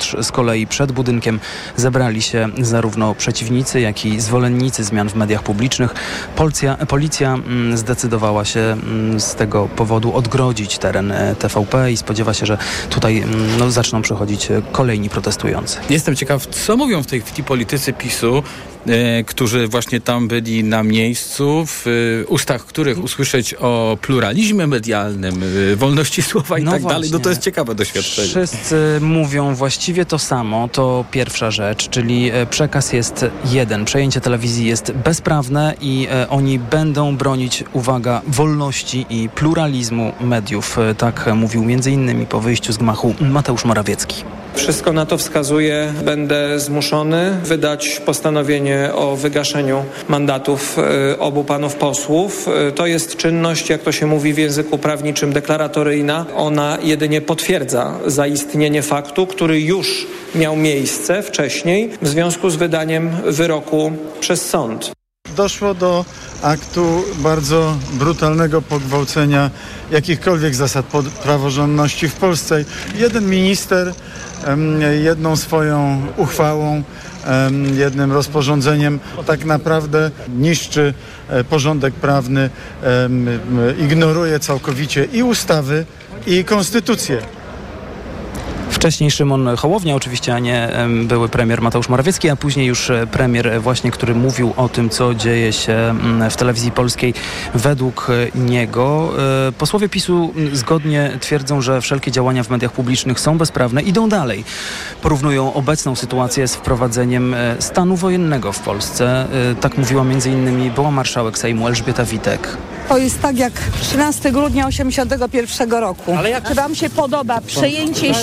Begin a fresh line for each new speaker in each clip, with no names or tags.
wewnątrz z kolei przed budynkiem zebrali się zarówno przeciwnicy, jak i zwolennicy zmian w mediach publicznych. Policja zdecydowała się z tego powodu odgrodzić teren TVP i spodziewa się, że tutaj zaczną przychodzić kolejni protestujący.
Jestem ciekaw, co mówią w tej chwili politycy PiS-u, którzy właśnie tam byli na miejscu, w ustach których usłyszeć o pluralizmie medialnym, wolności słowa i tak dalej. No to jest ciekawe doświadczenie.
Wszyscy mówią właściwie to samo. To pierwsza rzecz, czyli przekaz jest jeden. Przejęcie telewizji jest bezprawne i oni będą bronić, uwaga, wolności i pluralizmu mediów. Tak mówił m.in. po wyjściu z gmachu Mateusz Morawiecki.
Wszystko na to wskazuje, będę zmuszony wydać postanowienie o wygaszeniu mandatów obu panów posłów. To jest czynność, jak to się mówi w języku prawniczym, deklaratoryjna. Ona jedynie potwierdza zaistnienie faktu, który już miał miejsce wcześniej w związku z wydaniem wyroku przez sąd.
Doszło do aktu bardzo brutalnego pogwałcenia jakichkolwiek zasad praworządności w Polsce. Jeden minister jedną swoją uchwałą, jednym rozporządzeniem tak naprawdę niszczy porządek prawny, ignoruje całkowicie i ustawy, i konstytucję.
Wcześniej Szymon Hołownia oczywiście, a nie były premier Mateusz Morawiecki, a później już premier właśnie, który mówił o tym, co dzieje się w telewizji polskiej według niego. Posłowie PiS-u zgodnie twierdzą, że wszelkie działania w mediach publicznych są bezprawne. Idą dalej. Porównują obecną sytuację z wprowadzeniem stanu wojennego w Polsce. Tak mówiła m.in. była marszałek Sejmu Elżbieta Witek.
To jest tak jak 13 grudnia 1981 roku. Czy wam się podoba przejęcie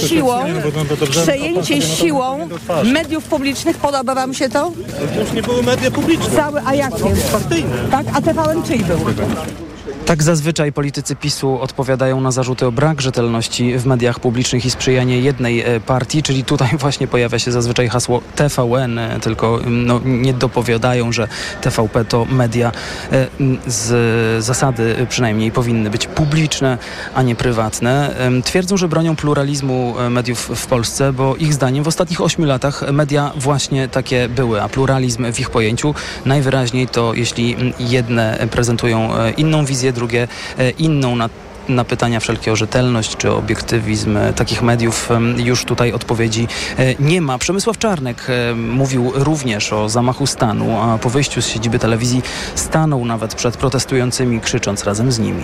siłą mediów publicznych? Podoba wam się to?
To już nie były media publiczne.
A jakie?
Partyjne.
Tak? A TVN czyj był?
Tak zazwyczaj politycy PiS-u odpowiadają na zarzuty o brak rzetelności w mediach publicznych i sprzyjanie jednej partii, czyli tutaj właśnie pojawia się zazwyczaj hasło TVN, tylko nie dopowiadają, że TVP to media z zasady przynajmniej powinny być publiczne, a nie prywatne. Twierdzą, że bronią pluralizmu mediów w Polsce, bo ich zdaniem w ostatnich 8 latach media właśnie takie były, a pluralizm w ich pojęciu najwyraźniej to jeśli jedne prezentują inną wizję, drugie inną. Na pytania wszelkie o rzetelność czy obiektywizm takich mediów już tutaj odpowiedzi nie ma. Przemysław Czarnek mówił również o zamachu stanu, a po wyjściu z siedziby telewizji stanął nawet przed protestującymi, krzycząc razem z nimi.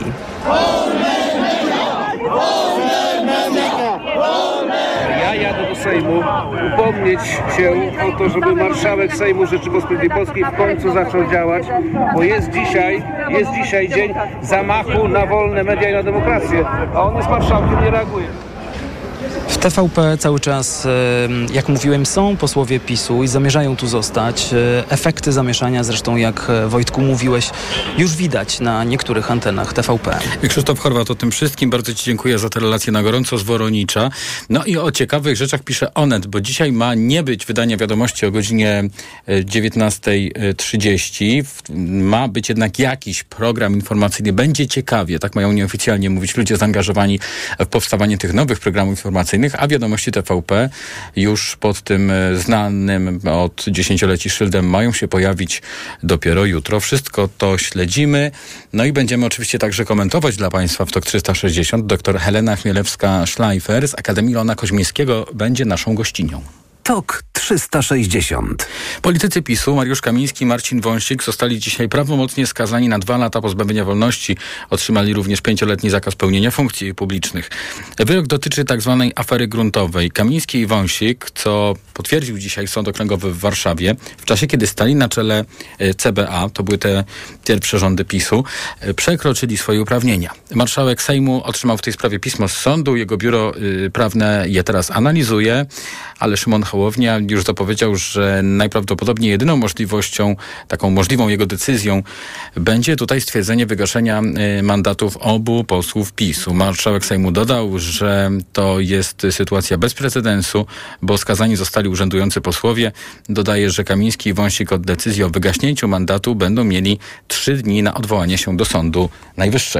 Ja jadę do Sejmu upomnieć się o to, żeby marszałek Sejmu Rzeczypospolitej Polskiej w końcu zaczął działać, bo jest dzisiaj dzień zamachu na wolne media i na demokrację, a on jest marszałkiem, nie reaguje.
W TVP cały czas, jak mówiłem, są posłowie PiS-u i zamierzają tu zostać. Efekty zamieszania, zresztą jak Wojtku mówiłeś, już widać na niektórych antenach TVP.
Krzysztof Horwat o tym wszystkim. Bardzo Ci dziękuję za tę relację na gorąco z Woronicza. No i o ciekawych rzeczach pisze Onet, bo dzisiaj ma nie być wydania wiadomości o godzinie 19:30. Ma być jednak jakiś program informacyjny. Będzie ciekawie, tak mają nieoficjalnie mówić ludzie zaangażowani w powstawanie tych nowych programów informacyjnych, a wiadomości TVP już pod tym znanym od dziesięcioleci szyldem mają się pojawić dopiero jutro. Wszystko to śledzimy. No i będziemy oczywiście także komentować dla Państwa w TOK 360. Doktor Helena Chmielewska-Schleifer z Akademii Leona Koźmińskiego będzie naszą gościnią.
TOK 360.
Politycy PiS-u Mariusz Kamiński i Marcin Wąsik zostali dzisiaj prawomocnie skazani na 2 lata pozbawienia wolności. Otrzymali również 5-letni zakaz pełnienia funkcji publicznych. Wyrok dotyczy tzw. afery gruntowej. Kamiński i Wąsik, co potwierdził dzisiaj Sąd Okręgowy w Warszawie, w czasie kiedy stali na czele CBA, to były te pierwsze rządy PiS-u, przekroczyli swoje uprawnienia. Marszałek Sejmu otrzymał w tej sprawie pismo z sądu. Jego biuro prawne je teraz analizuje, ale Szymon Hołownia już zapowiedział, że najprawdopodobniej jedyną możliwością, taką możliwą jego decyzją będzie tutaj stwierdzenie wygaszenia mandatów obu posłów PiS-u. Marszałek Sejmu dodał, że to jest sytuacja bez precedensu, bo skazani zostali urzędujący posłowie. Dodaje, że Kamiński i Wąsik od decyzji o wygaśnięciu mandatu będą mieli 3 dni na odwołanie się do Sądu Najwyższego.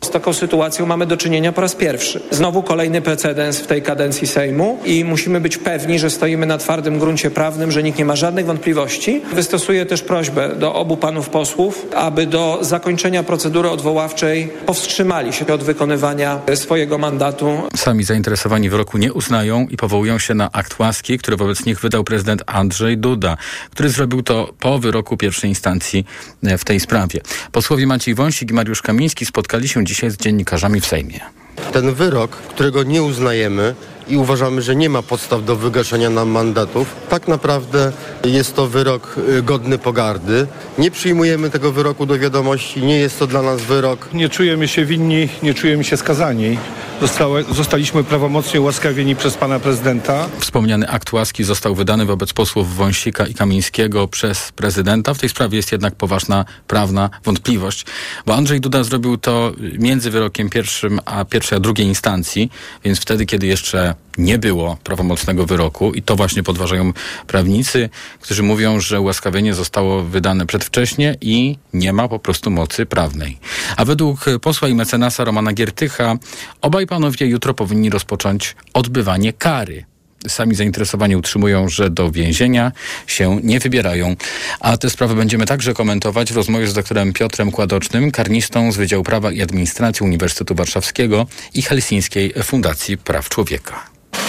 Z taką sytuacją mamy do czynienia po raz pierwszy. Znowu kolejny precedens w tej kadencji Sejmu i musimy być pewni, że stoimy na twardym gruncie prawnym, że nikt nie ma żadnych wątpliwości. Wystosuję też prośbę do obu panów posłów, aby do zakończenia procedury odwoławczej powstrzymali się od wykonywania swojego mandatu.
Sami zainteresowani wyroku nie uznają i powołują się na akt łaski, który wobec nich wydał prezydent Andrzej Duda, który zrobił to po wyroku pierwszej instancji w tej sprawie. Posłowie Maciej Wąsik i Mariusz Kamiński spotkali się dzisiaj z dziennikarzami w Sejmie.
Ten wyrok, którego nie uznajemy i uważamy, że nie ma podstaw do wygaszenia nam mandatów, tak naprawdę jest to wyrok godny pogardy. Nie przyjmujemy tego wyroku do wiadomości, nie jest to dla nas wyrok.
Nie czujemy się winni, nie czujemy się skazani. Zostaliśmy prawomocnie ułaskawieni przez pana prezydenta.
Wspomniany akt łaski został wydany wobec posłów Wąsika i Kamińskiego przez prezydenta. W tej sprawie jest jednak poważna prawna wątpliwość, bo Andrzej Duda zrobił to między wyrokiem pierwszej a drugiej instancji, więc wtedy, kiedy jeszcze nie było prawomocnego wyroku i to właśnie podważają prawnicy, którzy mówią, że ułaskawienie zostało wydane przedwcześnie i nie ma po prostu mocy prawnej. A według posła i mecenasa Romana Giertycha obaj panowie jutro powinni rozpocząć odbywanie kary. Sami zainteresowani utrzymują, że do więzienia się nie wybierają. A tę sprawę będziemy także komentować w rozmowie z doktorem Piotrem Kładocznym, karnistą z Wydziału Prawa i Administracji Uniwersytetu Warszawskiego i Helsińskiej Fundacji Praw Człowieka.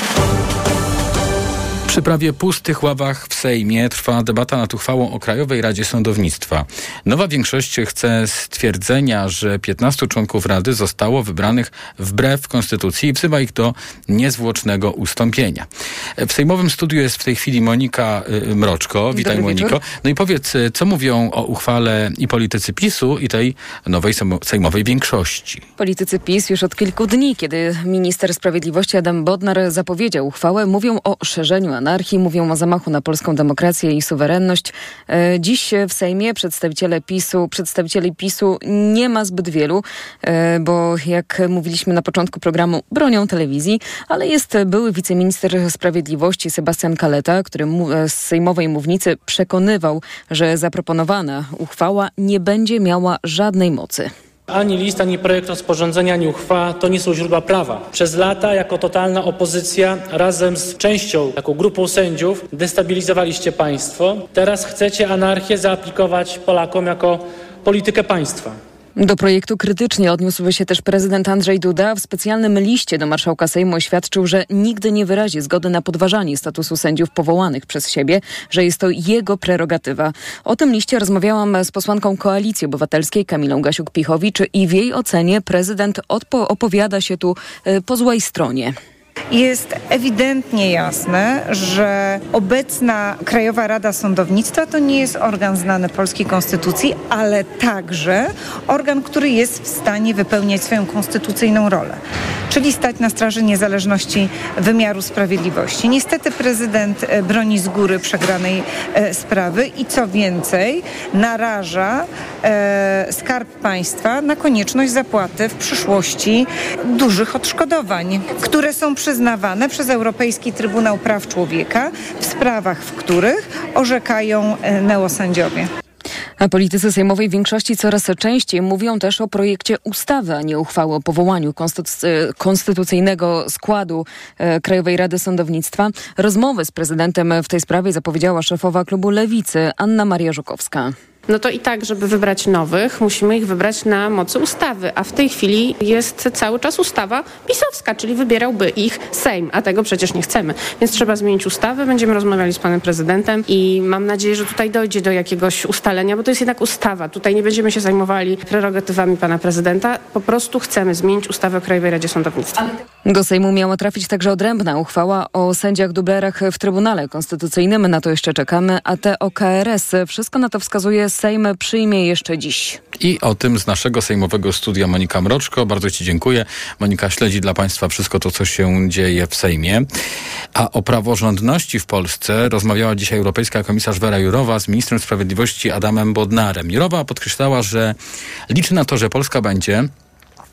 Przy prawie pustych ławach w Sejmie trwa debata nad uchwałą o Krajowej Radzie Sądownictwa. Nowa większość chce stwierdzenia, że 15 członków Rady zostało wybranych wbrew Konstytucji i wzywa ich do niezwłocznego ustąpienia. W sejmowym studiu jest w tej chwili Monika Mroczko. Witaj, Moniko. No i powiedz, co mówią o uchwale i politycy PiS-u i tej nowej sejmowej większości.
Politycy PiS już od kilku dni, kiedy minister sprawiedliwości Adam Bodnar zapowiedział uchwałę, mówią o szerzeniu anarchii, mówią o zamachu na polską demokrację i suwerenność. Dziś w Sejmie przedstawicieli PiS-u nie ma zbyt wielu, bo jak mówiliśmy na początku programu, bronią telewizji, ale jest były wiceminister sprawiedliwości Sebastian Kaleta, który z sejmowej mównicy przekonywał, że zaproponowana uchwała nie będzie miała żadnej mocy.
Ani list, ani projekt rozporządzenia, ani uchwała to nie są źródła prawa. Przez lata jako totalna opozycja razem z częścią, taką grupą sędziów destabilizowaliście państwo. Teraz chcecie anarchię zaaplikować Polakom jako politykę państwa.
Do projektu krytycznie odniósł się też prezydent Andrzej Duda. W specjalnym liście do marszałka Sejmu oświadczył, że nigdy nie wyrazi zgody na podważanie statusu sędziów powołanych przez siebie, że jest to jego prerogatywa. O tym liście rozmawiałam z posłanką Koalicji Obywatelskiej Kamilą Gasiuk-Pichowicz i w jej ocenie prezydent opowiada się tu po złej stronie.
Jest ewidentnie jasne, że obecna Krajowa Rada Sądownictwa to nie jest organ znany polskiej konstytucji, ale także organ, który jest w stanie wypełniać swoją konstytucyjną rolę, czyli stać na straży niezależności wymiaru sprawiedliwości. Niestety prezydent broni z góry przegranej sprawy i co więcej naraża Skarb Państwa na konieczność zapłaty w przyszłości dużych odszkodowań, które są przyznawane przez Europejski Trybunał Praw Człowieka w sprawach, w których orzekają neosędziowie.
A politycy sejmowej większości coraz częściej mówią też o projekcie ustawy, a nie uchwały o powołaniu konstytucyjnego składu Krajowej Rady Sądownictwa. Rozmowy z prezydentem w tej sprawie zapowiedziała szefowa klubu Lewicy Anna Maria Żukowska.
No to i tak, żeby wybrać nowych, musimy ich wybrać na mocy ustawy, a w tej chwili jest cały czas ustawa pisowska, czyli wybierałby ich Sejm, a tego przecież nie chcemy. Więc trzeba zmienić ustawę, będziemy rozmawiali z panem prezydentem i mam nadzieję, że tutaj dojdzie do jakiegoś ustalenia, bo to jest jednak ustawa. Tutaj nie będziemy się zajmowali prerogatywami pana prezydenta, po prostu chcemy zmienić ustawę o Krajowej Radzie Sądownictwa.
Do Sejmu miała trafić także odrębna uchwała o sędziach dublerach w Trybunale Konstytucyjnym. Na to jeszcze czekamy, a te o KRS. Wszystko na to wskazuje, Sejm przyjmie jeszcze dziś.
I o tym z naszego sejmowego studia Monika Mroczko. Bardzo ci dziękuję. Monika śledzi dla państwa wszystko to, co się dzieje w Sejmie. A o praworządności w Polsce rozmawiała dzisiaj europejska komisarz Vera Jourová z ministrem sprawiedliwości Adamem Bodnarem. Jourová podkreślała, że liczy na to, że Polska będzie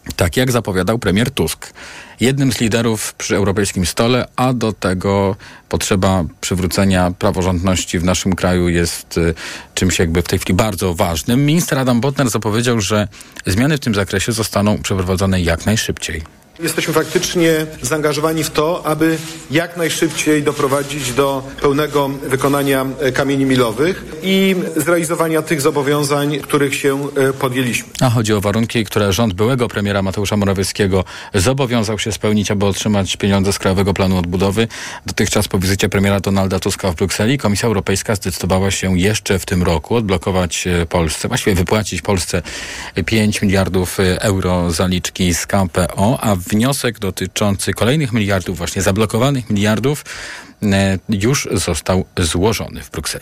Tak jak zapowiadał premier Tusk. Jednym z liderów przy europejskim stole, a do tego potrzeba przywrócenia praworządności w naszym kraju jest czymś jakby w tej chwili bardzo ważnym. Minister Adam Bodnar zapowiedział, że zmiany w tym zakresie zostaną przeprowadzone jak najszybciej.
Jesteśmy faktycznie zaangażowani w to, aby jak najszybciej doprowadzić do pełnego wykonania kamieni milowych i zrealizowania tych zobowiązań, których się podjęliśmy.
A chodzi o warunki, które rząd byłego premiera Mateusza Morawieckiego zobowiązał się spełnić, aby otrzymać pieniądze z Krajowego Planu Odbudowy. Dotychczas po wizycie premiera Donalda Tuska w Brukseli Komisja Europejska zdecydowała się jeszcze w tym roku odblokować Polsce, właściwie wypłacić Polsce 5 miliardów euro zaliczki z KPO, a wniosek dotyczący kolejnych miliardów, właśnie zablokowanych miliardów, już został złożony w Brukseli.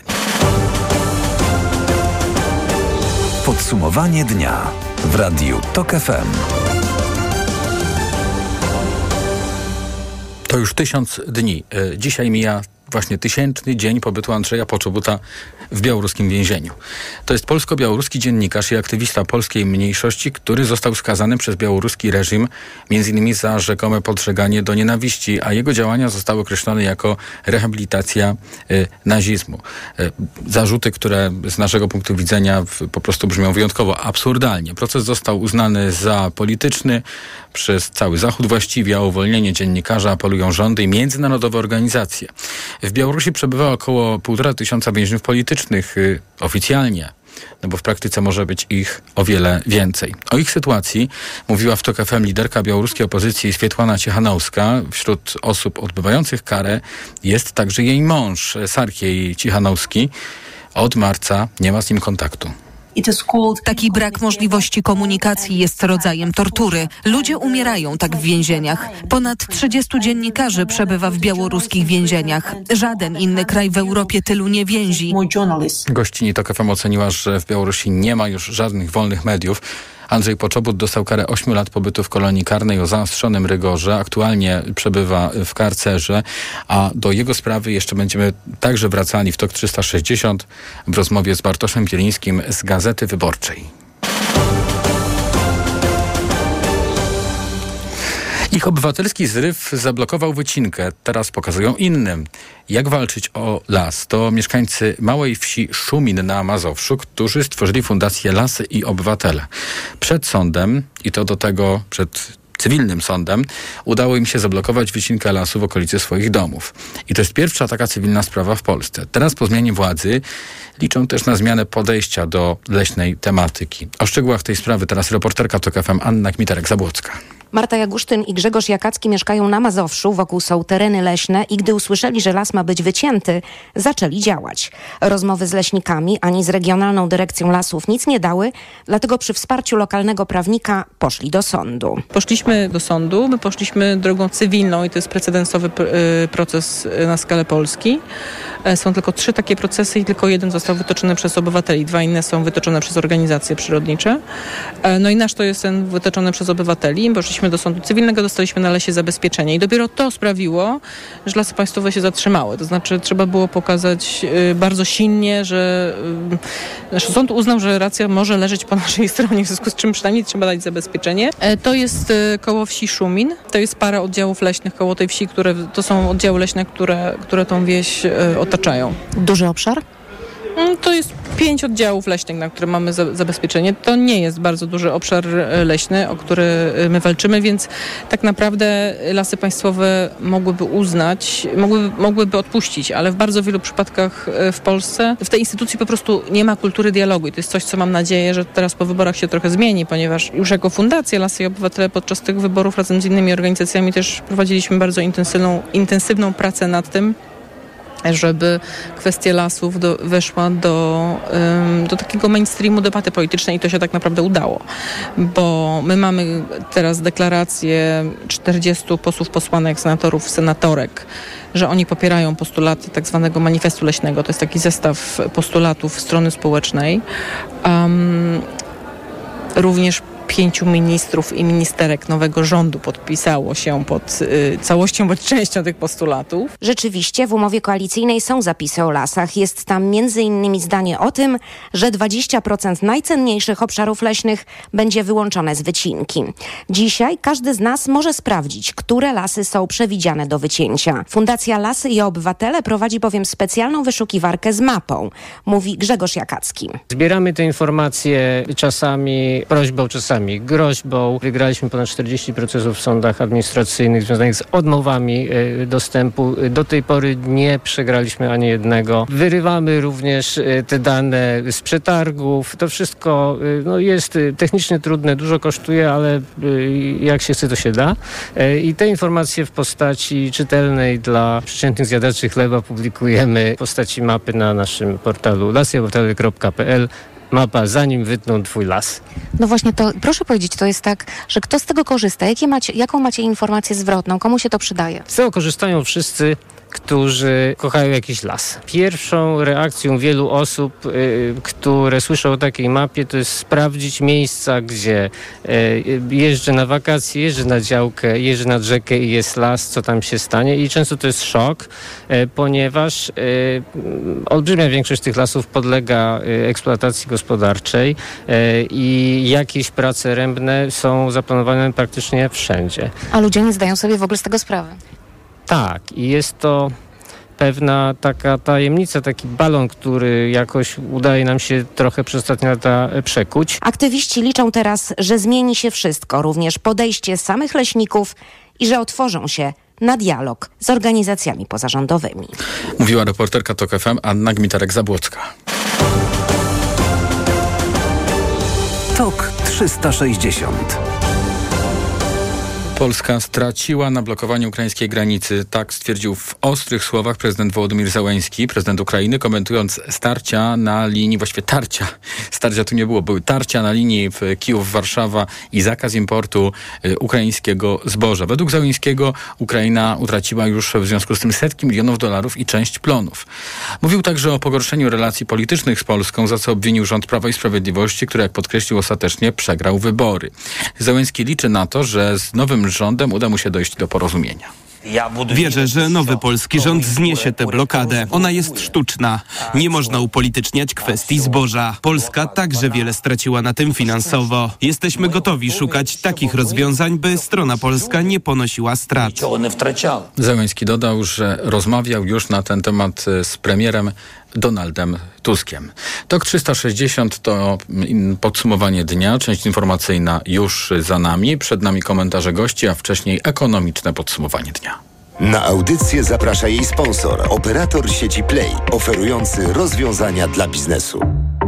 Podsumowanie dnia w Radiu TOK FM.
To już 1000 dni. Dzisiaj mija właśnie 1000. dzień pobytu Andrzeja Poczobuta w białoruskim więzieniu. To jest polsko-białoruski dziennikarz i aktywista polskiej mniejszości, który został skazany przez białoruski reżim m.in. za rzekome podżeganie do nienawiści, a jego działania zostały określone jako rehabilitacja nazizmu. Zarzuty, które z naszego punktu widzenia po prostu brzmią wyjątkowo absurdalnie. Proces został uznany za polityczny przez cały Zachód właściwie, a o uwolnienie dziennikarza apelują rządy i międzynarodowe organizacje. W Białorusi przebywa około 1500 więźniów politycznych oficjalnie, no bo w praktyce może być ich o wiele więcej. O ich sytuacji mówiła w TOK FM liderka białoruskiej opozycji Swietłana Cichanouska. Wśród osób odbywających karę jest także jej mąż, Sarkiej Cichanouski. Od marca nie ma z nim kontaktu.
Taki brak możliwości komunikacji jest rodzajem tortury. Ludzie umierają tak w więzieniach. Ponad 30 dziennikarzy przebywa w białoruskich więzieniach. Żaden inny kraj w Europie tylu nie więzi.
Gościni TOK FM oceniła, że w Białorusi nie ma już żadnych wolnych mediów. Andrzej Poczobut dostał karę 8 lat pobytu w kolonii karnej o zaostrzonym rygorze. Aktualnie przebywa w karcerze, a do jego sprawy jeszcze będziemy także wracali w TOK 360 w rozmowie z Bartoszem Bielińskim z Gazety Wyborczej. Ich obywatelski zryw zablokował wycinkę. Teraz pokazują innym, jak walczyć o las. To mieszkańcy małej wsi Szumin na Mazowszu, którzy stworzyli fundację Lasy i Obywatele. Przed sądem, i to do tego przed cywilnym sądem, udało im się zablokować wycinkę lasu w okolicy swoich domów. I to jest pierwsza taka cywilna sprawa w Polsce. Teraz po zmianie władzy liczą też na zmianę podejścia do leśnej tematyki. O szczegółach tej sprawy teraz reporterka TOK FM Anna Kmiterek-Zabłocka.
Marta Jagusztyn i Grzegorz Jakacki mieszkają na Mazowszu, wokół są tereny leśne i gdy usłyszeli, że las ma być wycięty, zaczęli działać. Rozmowy z leśnikami ani z Regionalną Dyrekcją Lasów nic nie dały, dlatego przy wsparciu lokalnego prawnika poszli do sądu.
Poszliśmy do sądu, my poszliśmy drogą cywilną i to jest precedensowy proces na skalę Polski. Są tylko 3 takie procesy i tylko jeden został wytoczony przez obywateli, 2 inne są wytoczone przez organizacje przyrodnicze. No i nasz to jest ten wytoczony przez obywateli. Poszliśmy do sądu cywilnego, dostaliśmy na lesie zabezpieczenie i dopiero to sprawiło, że Lasy Państwowe się zatrzymały. To znaczy trzeba było pokazać bardzo silnie, że nasz sąd uznał, że racja może leżeć po naszej stronie, w związku z czym przynajmniej trzeba dać zabezpieczenie. To jest koło wsi Szumin. To jest parę oddziałów leśnych koło tej wsi, to są oddziały leśne, które tą wieś otaczają.
Duży obszar?
To jest 5 oddziałów leśnych, na które mamy zabezpieczenie. To nie jest bardzo duży obszar leśny, o który my walczymy, więc tak naprawdę Lasy Państwowe mogłyby uznać, mogłyby odpuścić, ale w bardzo wielu przypadkach w Polsce w tej instytucji po prostu nie ma kultury dialogu i to jest coś, co mam nadzieję, że teraz po wyborach się trochę zmieni, ponieważ już jako Fundacja Lasy i Obywatele podczas tych wyborów razem z innymi organizacjami też prowadziliśmy bardzo intensywną pracę nad tym, żeby kwestia lasów weszła do takiego mainstreamu debaty politycznej i to się tak naprawdę udało. Bo my mamy teraz deklarację 40 posłów, posłanek, senatorów, senatorek, że oni popierają postulaty tak zwanego manifestu leśnego. To jest taki zestaw postulatów strony społecznej. Również 5 ministrów i ministerek nowego rządu podpisało się pod całością bądź częścią tych postulatów.
Rzeczywiście w umowie koalicyjnej są zapisy o lasach. Jest tam m.in. zdanie o tym, że 20% najcenniejszych obszarów leśnych będzie wyłączone z wycinki. Dzisiaj każdy z nas może sprawdzić, które lasy są przewidziane do wycięcia. Fundacja Lasy i Obywatele prowadzi bowiem specjalną wyszukiwarkę z mapą, mówi Grzegorz Jakacki.
Zbieramy te informacje czasami prośbą, czasami groźbą. Wygraliśmy ponad 40 procesów w sądach administracyjnych związanych z odmowami dostępu. Do tej pory nie przegraliśmy ani jednego. Wyrywamy również te dane z przetargów. To wszystko jest technicznie trudne, dużo kosztuje, ale jak się chce, to się da. I te informacje w postaci czytelnej dla przeciętnych zjadaczy chleba publikujemy w postaci mapy na naszym portalu lasyobyvatele.pl. Mapa zanim wytną twój las.
No właśnie, to proszę powiedzieć, to jest tak, że kto z tego korzysta? Jaką macie informację zwrotną? Komu się to przydaje?
Z tego korzystają wszyscy, którzy kochają jakiś las. Pierwszą reakcją wielu osób, które słyszą o takiej mapie, to jest sprawdzić miejsca, gdzie jeżdżę na wakacje, jeżdżę na działkę, jeżdżę nad rzekę i jest las, co tam się stanie. I często to jest szok, ponieważ olbrzymia większość tych lasów podlega eksploatacji gospodarczej i jakieś prace rębne są zaplanowane praktycznie wszędzie.
A ludzie nie zdają sobie w ogóle z tego sprawy.
Tak, i jest to pewna taka tajemnica, taki balon, który jakoś udaje nam się trochę przez ostatnie lata przekuć.
Aktywiści liczą teraz, że zmieni się wszystko, również podejście samych leśników i że otworzą się na dialog z organizacjami pozarządowymi.
Mówiła reporterka TOK FM Anna Gmitarek-Zabłocka.
TOK 360.
Polska straciła na blokowaniu ukraińskiej granicy. Tak stwierdził w ostrych słowach prezydent Wołodymyr Zełenski, prezydent Ukrainy, komentując starcia na linii, właściwie starcia tu nie było, były tarcia na linii w Kijów-Warszawa i zakaz importu ukraińskiego zboża. Według Zełenskiego Ukraina utraciła już w związku z tym setki milionów dolarów i część plonów. Mówił także o pogorszeniu relacji politycznych z Polską, za co obwinił rząd Prawa i Sprawiedliwości, który, jak podkreślił, ostatecznie przegrał wybory. Zełenski liczy na to, że z nowym rządem uda mu się dojść do porozumienia.
Wierzę, że nowy polski rząd zniesie tę blokadę. Ona jest sztuczna. Nie można upolityczniać kwestii zboża. Polska także wiele straciła na tym finansowo. Jesteśmy gotowi szukać takich rozwiązań, by strona polska nie ponosiła strat.
Zełenski dodał, że rozmawiał już na ten temat z premierem Donaldem Tuskiem. TOK 360 to podsumowanie dnia. Część informacyjna już za nami. Przed nami komentarze gości, a wcześniej ekonomiczne podsumowanie dnia.
Na audycję zaprasza jej sponsor, operator sieci Play, oferujący rozwiązania dla biznesu.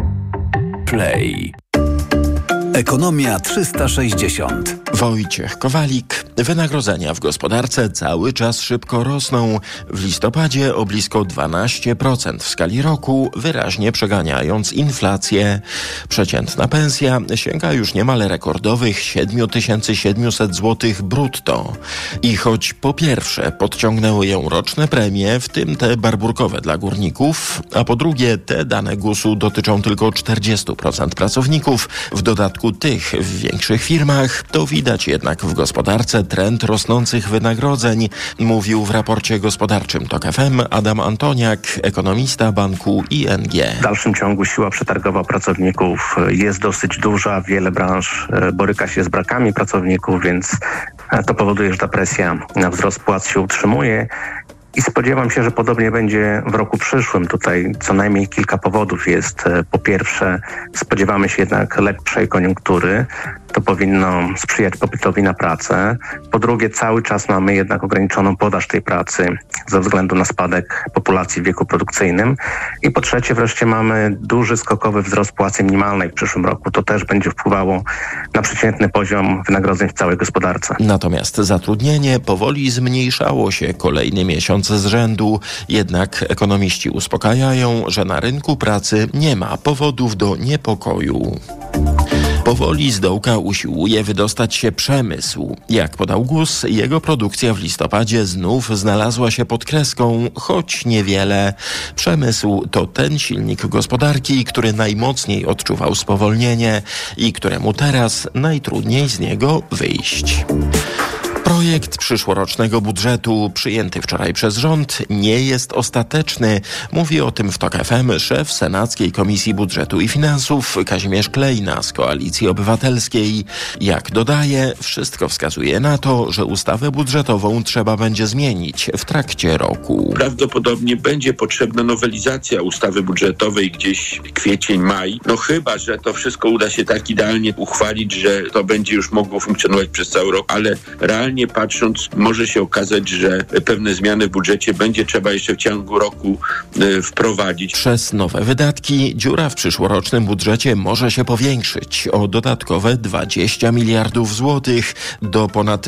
Play. Ekonomia 360.
Wojciech Kowalik. Wynagrodzenia w gospodarce cały czas szybko rosną. W listopadzie o blisko 12% w skali roku, wyraźnie przeganiając inflację. Przeciętna pensja sięga już niemal rekordowych 7700 zł brutto. I choć po pierwsze podciągnęły ją roczne premie, w tym te barburkowe dla górników, a po drugie te dane GUS-u dotyczą tylko 40% pracowników, w dodatku tych w większych firmach, to widać jednak w gospodarce trend rosnących wynagrodzeń, mówił w raporcie gospodarczym TOK FM Adam Antoniak, ekonomista banku ING.
W dalszym ciągu siła przetargowa pracowników jest dosyć duża, wiele branż boryka się z brakami pracowników, więc to powoduje, że ta presja na wzrost płac się utrzymuje. I spodziewam się, że podobnie będzie w roku przyszłym. Tutaj co najmniej kilka powodów jest. Po pierwsze, spodziewamy się jednak lepszej koniunktury. To powinno sprzyjać popytowi na pracę. Po drugie, cały czas mamy jednak ograniczoną podaż tej pracy ze względu na spadek populacji w wieku produkcyjnym. I po trzecie, wreszcie mamy duży skokowy wzrost płacy minimalnej w przyszłym roku. To też będzie wpływało na przeciętny poziom wynagrodzeń w całej gospodarce.
Natomiast zatrudnienie powoli zmniejszało się kolejny miesiąc z rzędu. Jednak ekonomiści uspokajają, że na rynku pracy nie ma powodów do niepokoju. Powoli z dołka usiłuje wydostać się przemysł. Jak podał GUS, jego produkcja w listopadzie znów znalazła się pod kreską, choć niewiele. Przemysł to ten silnik gospodarki, który najmocniej odczuwał spowolnienie i któremu teraz najtrudniej z niego wyjść. Projekt przyszłorocznego budżetu przyjęty wczoraj przez rząd nie jest ostateczny. Mówi o tym w TOK FM szef Senackiej Komisji Budżetu i Finansów Kazimierz Klejna z Koalicji Obywatelskiej. Jak dodaje, wszystko wskazuje na to, że ustawę budżetową trzeba będzie zmienić w trakcie roku.
Prawdopodobnie będzie potrzebna nowelizacja ustawy budżetowej gdzieś kwiecień, maj. No chyba, że to wszystko uda się tak idealnie uchwalić, że to będzie już mogło funkcjonować przez cały rok, ale realnie patrząc, może się okazać, że pewne zmiany w budżecie będzie trzeba jeszcze w ciągu roku wprowadzić.
Przez nowe wydatki dziura w przyszłorocznym budżecie może się powiększyć o dodatkowe 20 miliardów złotych do ponad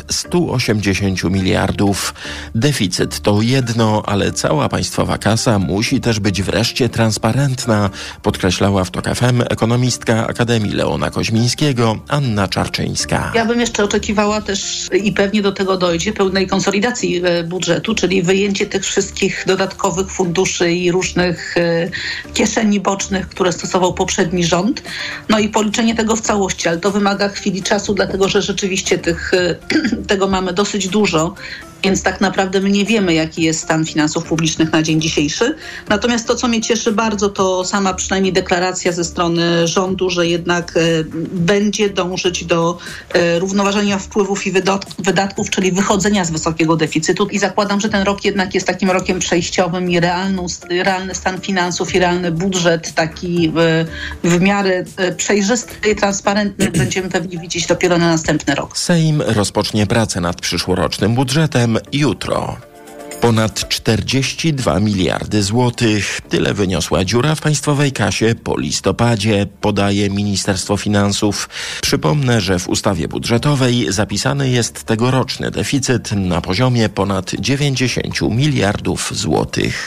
180 miliardów. Deficyt to jedno, ale cała państwowa kasa musi też być wreszcie transparentna, podkreślała w TOK FM ekonomistka Akademii Leona Koźmińskiego Anna Czarczyńska.
Ja bym jeszcze oczekiwała też i pewnie do tego dojdzie, pełnej konsolidacji budżetu, czyli wyjęcie tych wszystkich dodatkowych funduszy i różnych kieszeni bocznych, które stosował poprzedni rząd, no i policzenie tego w całości, ale to wymaga chwili czasu, dlatego że rzeczywiście tego mamy dosyć dużo, więc tak naprawdę my nie wiemy, jaki jest stan finansów publicznych na dzień dzisiejszy. Natomiast to, co mnie cieszy bardzo, to sama przynajmniej deklaracja ze strony rządu, że jednak będzie dążyć do równoważenia wpływów i wydatków, czyli wychodzenia z wysokiego deficytu. I zakładam, że ten rok jednak jest takim rokiem przejściowym i realny stan finansów i realny budżet taki w miarę przejrzysty i transparentny będziemy pewnie widzieć dopiero na następny rok.
Sejm rozpocznie pracę nad przyszłorocznym budżetem jutro. Ponad 42 miliardy złotych. Tyle wyniosła dziura w państwowej kasie po listopadzie, podaje Ministerstwo Finansów. Przypomnę, że w ustawie budżetowej zapisany jest tegoroczny deficyt na poziomie ponad 90 miliardów złotych.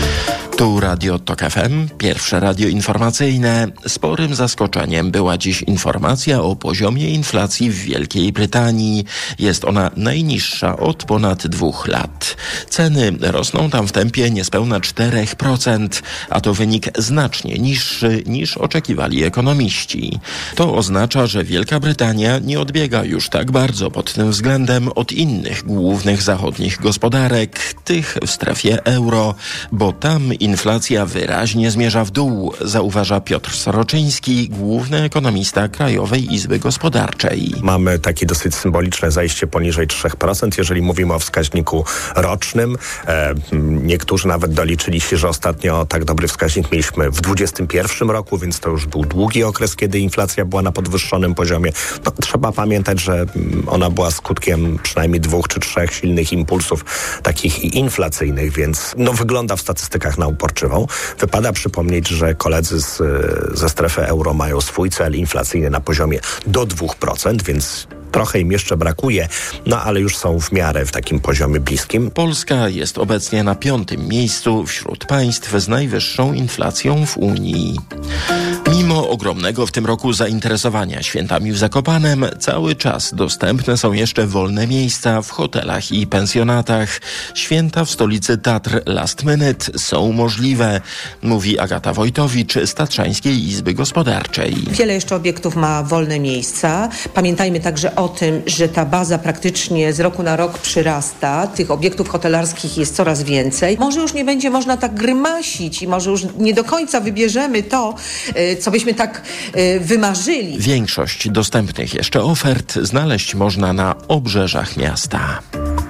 Tu Radio TOK FM, pierwsze radio informacyjne. Sporym zaskoczeniem była dziś informacja o poziomie inflacji w Wielkiej Brytanii. Jest ona najniższa od ponad 2 lat. Ceny rosną tam w tempie niespełna 4%, a to wynik znacznie niższy niż oczekiwali ekonomiści. To oznacza, że Wielka Brytania nie odbiega już tak bardzo pod tym względem od innych głównych zachodnich gospodarek, tych w strefie euro, bo tam inflacja wyraźnie zmierza w dół, zauważa Piotr Soroczyński, główny ekonomista Krajowej Izby Gospodarczej.
Mamy takie dosyć symboliczne zajście poniżej 3%, jeżeli mówimy o wskaźniku rocznym. Niektórzy nawet doliczyli się, że ostatnio tak dobry wskaźnik mieliśmy w 2021 roku, więc to już był długi okres, kiedy inflacja była na podwyższonym poziomie. No, trzeba pamiętać, że ona była skutkiem przynajmniej 2 czy 3 silnych impulsów takich inflacyjnych, więc wygląda w statystykach na uporczywą. Wypada przypomnieć, że koledzy ze strefy euro mają swój cel inflacyjny na poziomie do 2%, więc trochę im jeszcze brakuje, ale już są w miarę w takim poziomie bliskim.
Polska jest obecnie na 5. miejscu wśród państw z najwyższą inflacją w Unii. Mimo ogromnego w tym roku zainteresowania świętami w Zakopanem, cały czas dostępne są jeszcze wolne miejsca w hotelach i pensjonatach. Święta w stolicy Tatr last minute są możliwe, mówi Agata Wojtowicz z Tatrzańskiej Izby Gospodarczej.
Wiele jeszcze obiektów ma wolne miejsca. Pamiętajmy także o tym, że ta baza praktycznie z roku na rok przyrasta. Tych obiektów hotelarskich jest coraz więcej. Może już nie będzie można tak grymasić i może już nie do końca wybierzemy to, co byśmy tak wymarzyli.
Większość dostępnych jeszcze ofert znaleźć można na obrzeżach miasta.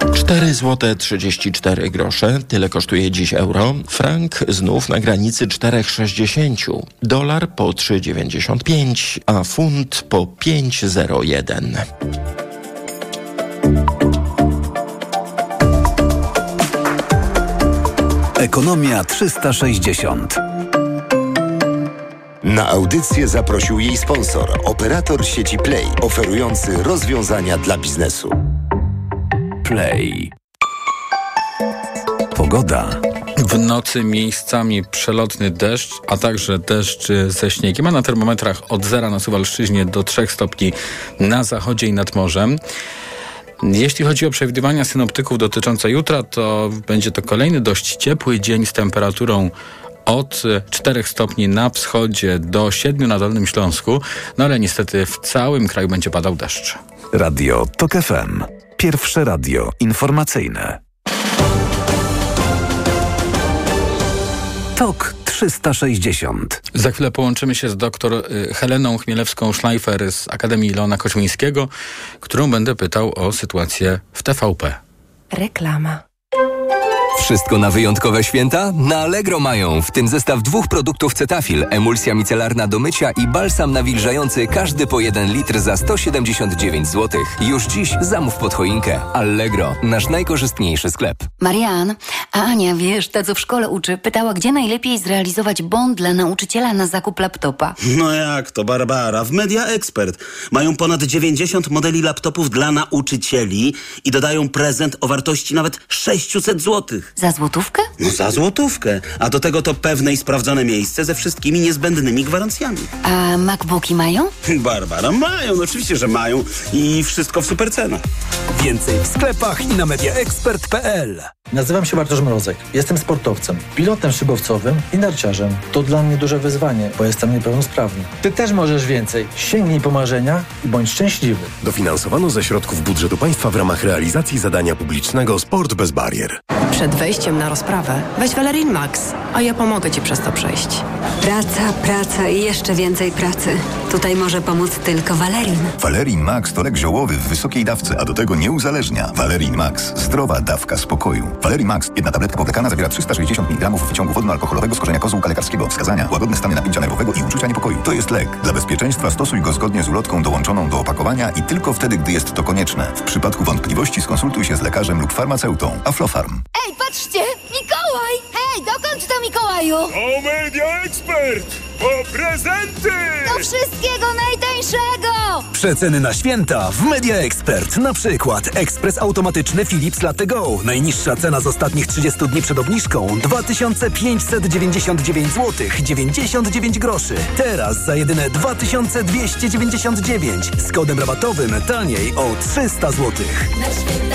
4,34 zł, tyle kosztuje dziś euro. Frank znów na granicy 4,60. Dolar po 3,95, a funt po 5,01.
Ekonomia 360.
Na audycję zaprosił jej sponsor, operator sieci Play, oferujący rozwiązania dla biznesu.
Play. Pogoda.
W nocy miejscami przelotny deszcz, a także deszcz ze śniegiem, a na termometrach od 0 na Suwalszczyźnie do 3 stopni na zachodzie i nad morzem. Jeśli chodzi o przewidywania synoptyków dotyczące jutra, to będzie to kolejny dość ciepły dzień z temperaturą od 4 stopni na wschodzie do 7 na Dolnym Śląsku, no ale niestety w całym kraju będzie padał deszcz.
Radio TOK FM. Pierwsze radio informacyjne. TOK 360.
Za chwilę połączymy się z dr Heleną Chmielewską-Szlajfer z Akademii Leona Koźmińskiego, którą będę pytał o sytuację w TVP.
Reklama. Wszystko na wyjątkowe święta? Na Allegro mają, w tym zestaw 2 produktów Cetaphil, emulsja micelarna do mycia i balsam nawilżający, każdy po 1 litr za 179 zł. Już dziś zamów pod choinkę. Allegro, nasz najkorzystniejszy sklep.
Marian, a Ania, wiesz, ta co w szkole uczy, pytała, gdzie najlepiej zrealizować bon dla nauczyciela na zakup laptopa.
No jak to, Barbara? W Media Expert mają ponad 90 modeli laptopów dla nauczycieli i dodają prezent o wartości nawet 600 zł.
Za złotówkę?
No za złotówkę. A do tego to pewne i sprawdzone miejsce ze wszystkimi niezbędnymi gwarancjami.
A MacBooki mają?
Barbara, mają, no oczywiście, że mają i wszystko w super cenach.
Więcej w sklepach i na mediaexpert.pl.
Nazywam się Bartosz Mrozek. Jestem sportowcem, pilotem szybowcowym i narciarzem. To dla mnie duże wyzwanie, bo jestem niepełnosprawny. Ty też możesz więcej. Sięgnij po marzenia i bądź szczęśliwy.
Dofinansowano ze środków budżetu państwa w ramach realizacji zadania publicznego Sport bez barier.
Przed wejściem na rozprawę weź Valerin Max, a ja pomogę Ci przez to przejść.
Praca i jeszcze więcej pracy. Tutaj może pomóc tylko Valerin.
Valerin Max to lek ziołowy w wysokiej dawce, a do tego nie uzależnia. Valerin Max. Zdrowa dawka spokoju. Valerin Max. Jedna tabletka powlekana zawiera 360 mg wyciągu wodno-alkoholowego z korzenia kozłka lekarskiego. Wskazania: łagodne stany napięcia nerwowego i uczucia niepokoju. To jest lek. Dla bezpieczeństwa stosuj go zgodnie z ulotką dołączoną do opakowania i tylko wtedy, gdy jest to konieczne. W przypadku wątpliwości skonsultuj się z lekarzem lub farmaceutą. Aflofarm.
Ej, patrzcie! Mikołaj! Hej, dokąd to, Mikołaju?
O Media Expert! Po prezenty!
Do wszystkiego najtańszego!
Przeceny na święta w Media Expert. Na przykład ekspres automatyczny Philips Latte Go. Najniższa cena z ostatnich 30 dni przed obniżką 2599 zł 99 groszy. Teraz za jedyne 2299. Z kodem rabatowym taniej o 300 zł.
Na święta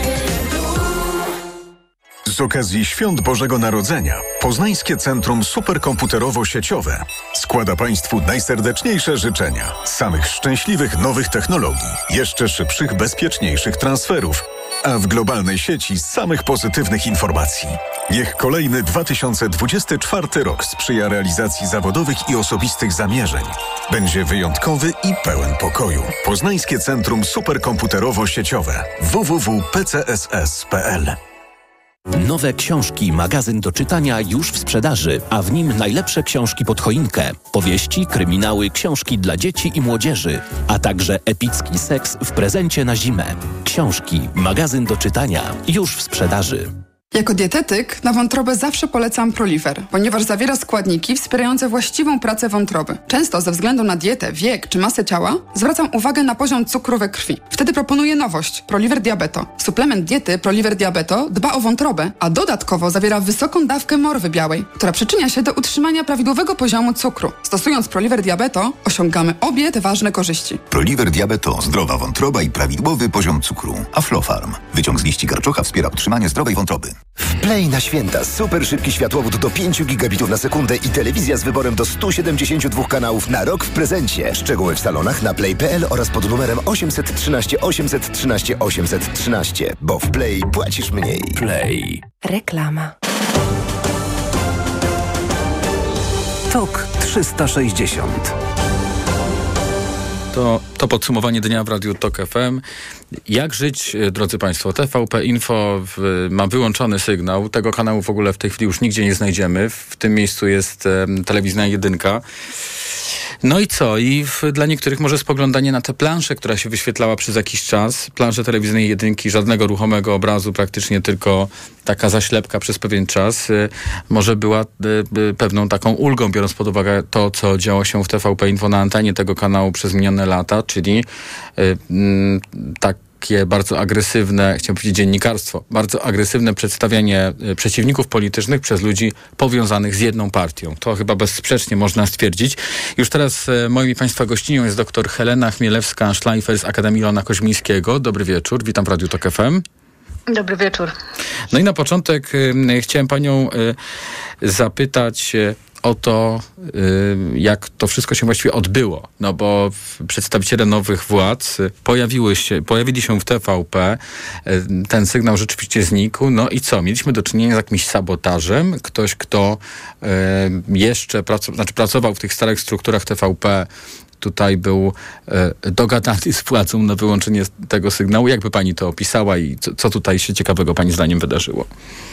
Z okazji Świąt Bożego Narodzenia Poznańskie Centrum Superkomputerowo-Sieciowe składa Państwu najserdeczniejsze życzenia. Samych szczęśliwych nowych technologii, jeszcze szybszych, bezpieczniejszych transferów, a w globalnej sieci samych pozytywnych informacji. Niech kolejny 2024 rok sprzyja realizacji zawodowych i osobistych zamierzeń. Będzie wyjątkowy i pełen pokoju. Poznańskie Centrum Superkomputerowo-Sieciowe www.pcss.pl.
Nowe książki, magazyn do czytania już w sprzedaży, a w nim najlepsze książki pod choinkę. Powieści, kryminały, książki dla dzieci i młodzieży, a także epicki seks w prezencie na zimę. Książki, magazyn do czytania już w sprzedaży.
Jako dietetyk na wątrobę zawsze polecam Proliver, ponieważ zawiera składniki wspierające właściwą pracę wątroby. Często ze względu na dietę, wiek czy masę ciała zwracam uwagę na poziom cukru we krwi. Wtedy proponuję nowość Proliver Diabeto. Suplement diety Proliver Diabeto dba o wątrobę, a dodatkowo zawiera wysoką dawkę morwy białej, która przyczynia się do utrzymania prawidłowego poziomu cukru. Stosując Proliver Diabeto osiągamy obie te ważne korzyści.
Proliver Diabeto. Zdrowa wątroba i prawidłowy poziom cukru. Aflofarm. Wyciąg z liści karczocha wspiera utrzymanie zdrowej wątroby.
W Play na święta super szybki światłowód do 5 gigabitów na sekundę i telewizja z wyborem do 172 kanałów na rok w prezencie. Szczegóły w salonach na play.pl oraz pod numerem 813 813 813. Bo w Play płacisz mniej.
Play.
Reklama.
TOK 360.
To podsumowanie dnia w Radiu TOK FM. Jak żyć, drodzy Państwo? TVP Info ma wyłączony sygnał. Tego kanału w ogóle w tej chwili już nigdzie nie znajdziemy. W tym miejscu jest telewizyjna jedynka. No i co? Dla niektórych może spoglądanie na tę planszę, która się wyświetlała przez jakiś czas, planszę telewizyjnej jedynki, żadnego ruchomego obrazu, praktycznie tylko taka zaślepka przez pewien czas, może była pewną taką ulgą, biorąc pod uwagę to, co działo się w TVP Info na antenie tego kanału przez minione lata, czyli takie bardzo agresywne, chciałem powiedzieć dziennikarstwo, bardzo agresywne przedstawianie przeciwników politycznych przez ludzi powiązanych z jedną partią. To chyba bezsprzecznie można stwierdzić. Już teraz moją i Państwa gościnią jest dr Helena Chmielewska-Schleifer z Akademii Leona Koźmińskiego. Dobry wieczór, witam w Radiu Tok FM.
Dobry wieczór.
No i na początek chciałem Panią zapytać o to, jak to wszystko się właściwie odbyło. No bo przedstawiciele nowych władz pojawili się w TVP, ten sygnał rzeczywiście znikł. No i co? Mieliśmy do czynienia z jakimś sabotażem. Ktoś, kto jeszcze pracował w tych starych strukturach TVP, tutaj był dogadany z władzą na wyłączenie tego sygnału. Jakby Pani to opisała i co tutaj się ciekawego Pani zdaniem wydarzyło?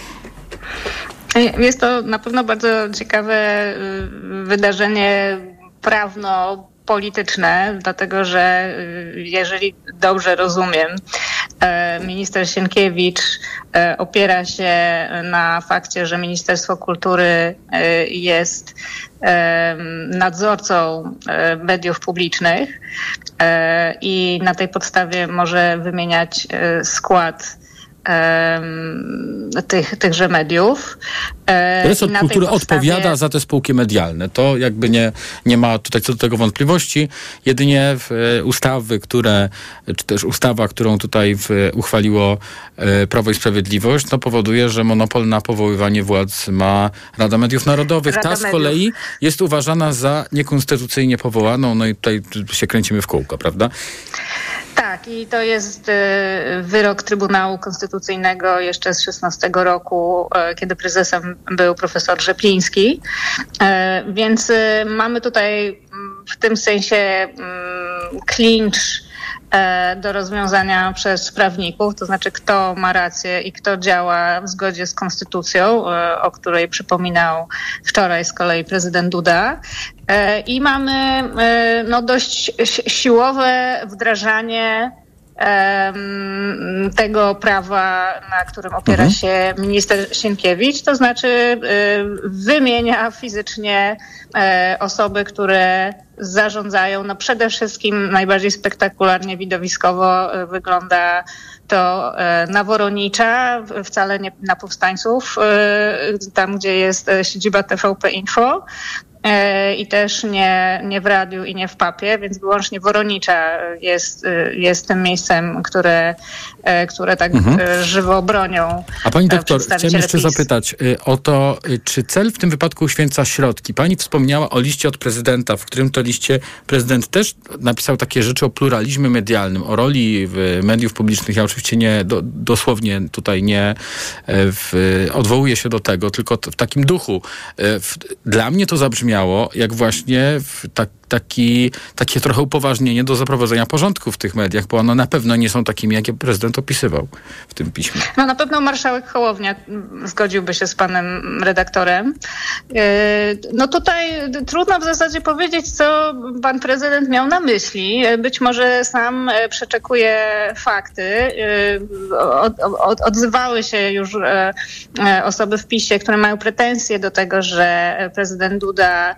Jest to na pewno bardzo ciekawe wydarzenie prawno-polityczne, dlatego że jeżeli dobrze rozumiem, minister Sienkiewicz opiera się na fakcie, że Ministerstwo Kultury jest nadzorcą mediów publicznych i na tej podstawie może wymieniać skład tychże mediów.
Resort Kultury odpowiada za te spółki medialne. To jakby nie ma tutaj co do tego wątpliwości. Jedynie ustawy, czy też ustawa, którą tutaj uchwaliło Prawo i Sprawiedliwość, no powoduje, że monopol na powoływanie władz ma Rada Mediów Narodowych. Ta z kolei jest uważana za niekonstytucyjnie powołaną. No i tutaj się kręcimy w kółko, prawda?
Tak, i to jest wyrok Trybunału Konstytucyjnego jeszcze z 16 roku, kiedy prezesem był profesor Rzepliński. Więc mamy tutaj w tym sensie klincz do rozwiązania przez prawników, to znaczy kto ma rację i kto działa w zgodzie z konstytucją, o której przypominał wczoraj z kolei prezydent Duda. I mamy dość siłowe wdrażanie tego prawa, na którym opiera się minister Sienkiewicz, to znaczy wymienia fizycznie osoby, które zarządzają. No przede wszystkim najbardziej spektakularnie widowiskowo wygląda to na Woronicza, wcale nie na Powstańców, tam gdzie jest siedziba TVP Info. I też nie w radiu i nie w papie, więc wyłącznie Woronicza jest tym miejscem, które tak żywo bronią.
A pani doktor, chciałem jeszcze zapytać o to, czy cel w tym wypadku uświęca środki? Pani wspomniała o liście od prezydenta, w którym to liście prezydent też napisał takie rzeczy o pluralizmie medialnym, o roli mediów publicznych. Ja oczywiście dosłownie tutaj nie odwołuję się do tego, tylko w takim duchu. Dla mnie to zabrzmiało jak właśnie takie trochę upoważnienie do zaprowadzenia porządku w tych mediach, bo one na pewno nie są takimi, jakie prezydent opisywał w tym piśmie.
No na pewno marszałek Hołownia zgodziłby się z panem redaktorem. No tutaj trudno w zasadzie powiedzieć, co pan prezydent miał na myśli. Być może sam przeczekuje fakty. Odzywały się już osoby w PiS-ie, które mają pretensje do tego, że prezydent Duda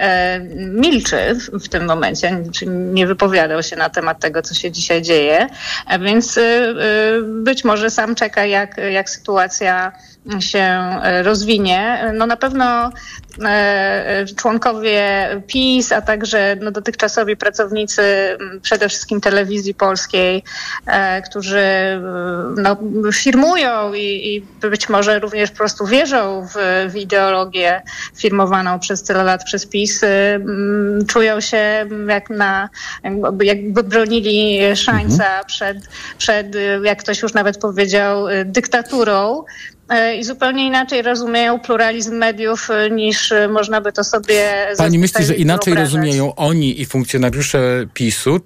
milczy w tym momencie, czyli nie wypowiadał się na temat tego, co się dzisiaj dzieje, więc być może sam czeka, jak sytuacja się rozwinie. No na pewno członkowie PiS, a także dotychczasowi pracownicy przede wszystkim telewizji polskiej, którzy firmują i być może również po prostu wierzą w ideologię firmowaną przez tyle lat przez PiS, czują się jakby bronili szańca przed, jak ktoś już nawet powiedział, dyktaturą. I zupełnie inaczej rozumieją pluralizm mediów, niż można by to sobie
Pani myśli, że inaczej
wyobrażać.
rozumieją oni i funkcjonariusze PiS-u,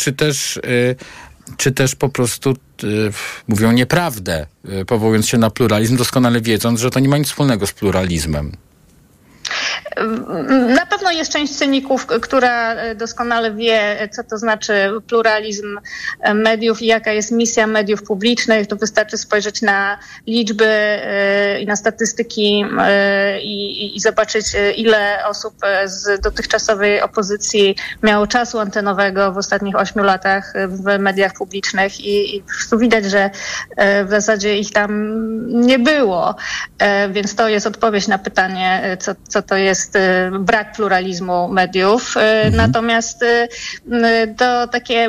czy też po prostu mówią nieprawdę, powołując się na pluralizm, doskonale wiedząc, że to nie ma nic wspólnego z pluralizmem?
Na pewno jest część cyników, która doskonale wie, co to znaczy pluralizm mediów i jaka jest misja mediów publicznych. To wystarczy spojrzeć na liczby i na statystyki i zobaczyć, ile osób z dotychczasowej opozycji miało czasu antenowego w ostatnich 8 latach w mediach publicznych i tu widać, że w zasadzie ich tam nie było. Więc to jest odpowiedź na pytanie, co to jest brak pluralizmu mediów. Natomiast to takie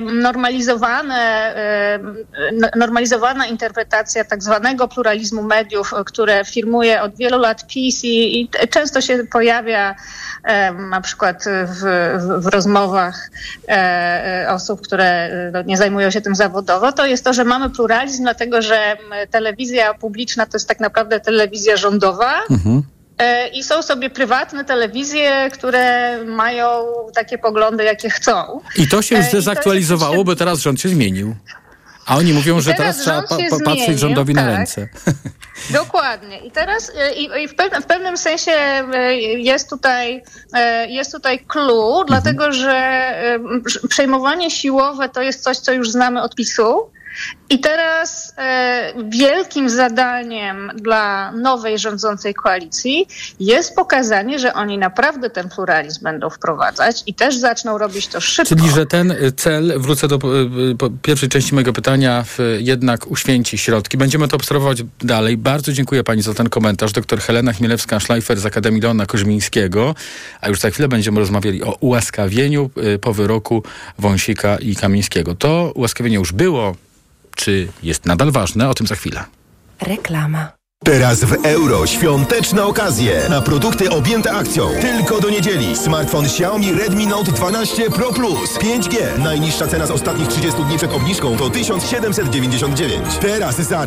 normalizowana interpretacja tak zwanego pluralizmu mediów, które firmuje od wielu lat PiS i często się pojawia na przykład w rozmowach osób, które nie zajmują się tym zawodowo, to jest to, że mamy pluralizm, dlatego że telewizja publiczna to jest tak naprawdę telewizja rządowa. I są sobie prywatne telewizje, które mają takie poglądy, jakie chcą.
I to się już zdezaktualizowało, bo teraz rząd się zmienił. A oni mówią, że teraz trzeba patrzeć rządowi na ręce.
Dokładnie. I teraz w pewnym sensie jest tutaj clue, dlatego że przejmowanie siłowe to jest coś, co już znamy od PiS-u. I teraz wielkim zadaniem dla nowej rządzącej koalicji jest pokazanie, że oni naprawdę ten pluralizm będą wprowadzać i też zaczną robić to szybko.
Czyli, że ten cel, wrócę do pierwszej części mojego pytania, jednak uświęci środki. Będziemy to obserwować dalej. Bardzo dziękuję pani za ten komentarz. Doktor Helena Chmielewska-Szlajfer z Akademii Leona Koźmińskiego. A już za chwilę będziemy rozmawiali o ułaskawieniu po wyroku Wąsika i Kamińskiego. To ułaskawienie już było. Czy jest nadal ważne? O tym za chwilę.
Reklama.
Teraz w Euro świąteczne okazje na produkty objęte akcją. Tylko do niedzieli. Smartfon Xiaomi Redmi Note 12 Pro Plus 5G. Najniższa cena z ostatnich 30 dni przed obniżką to 1799. Teraz za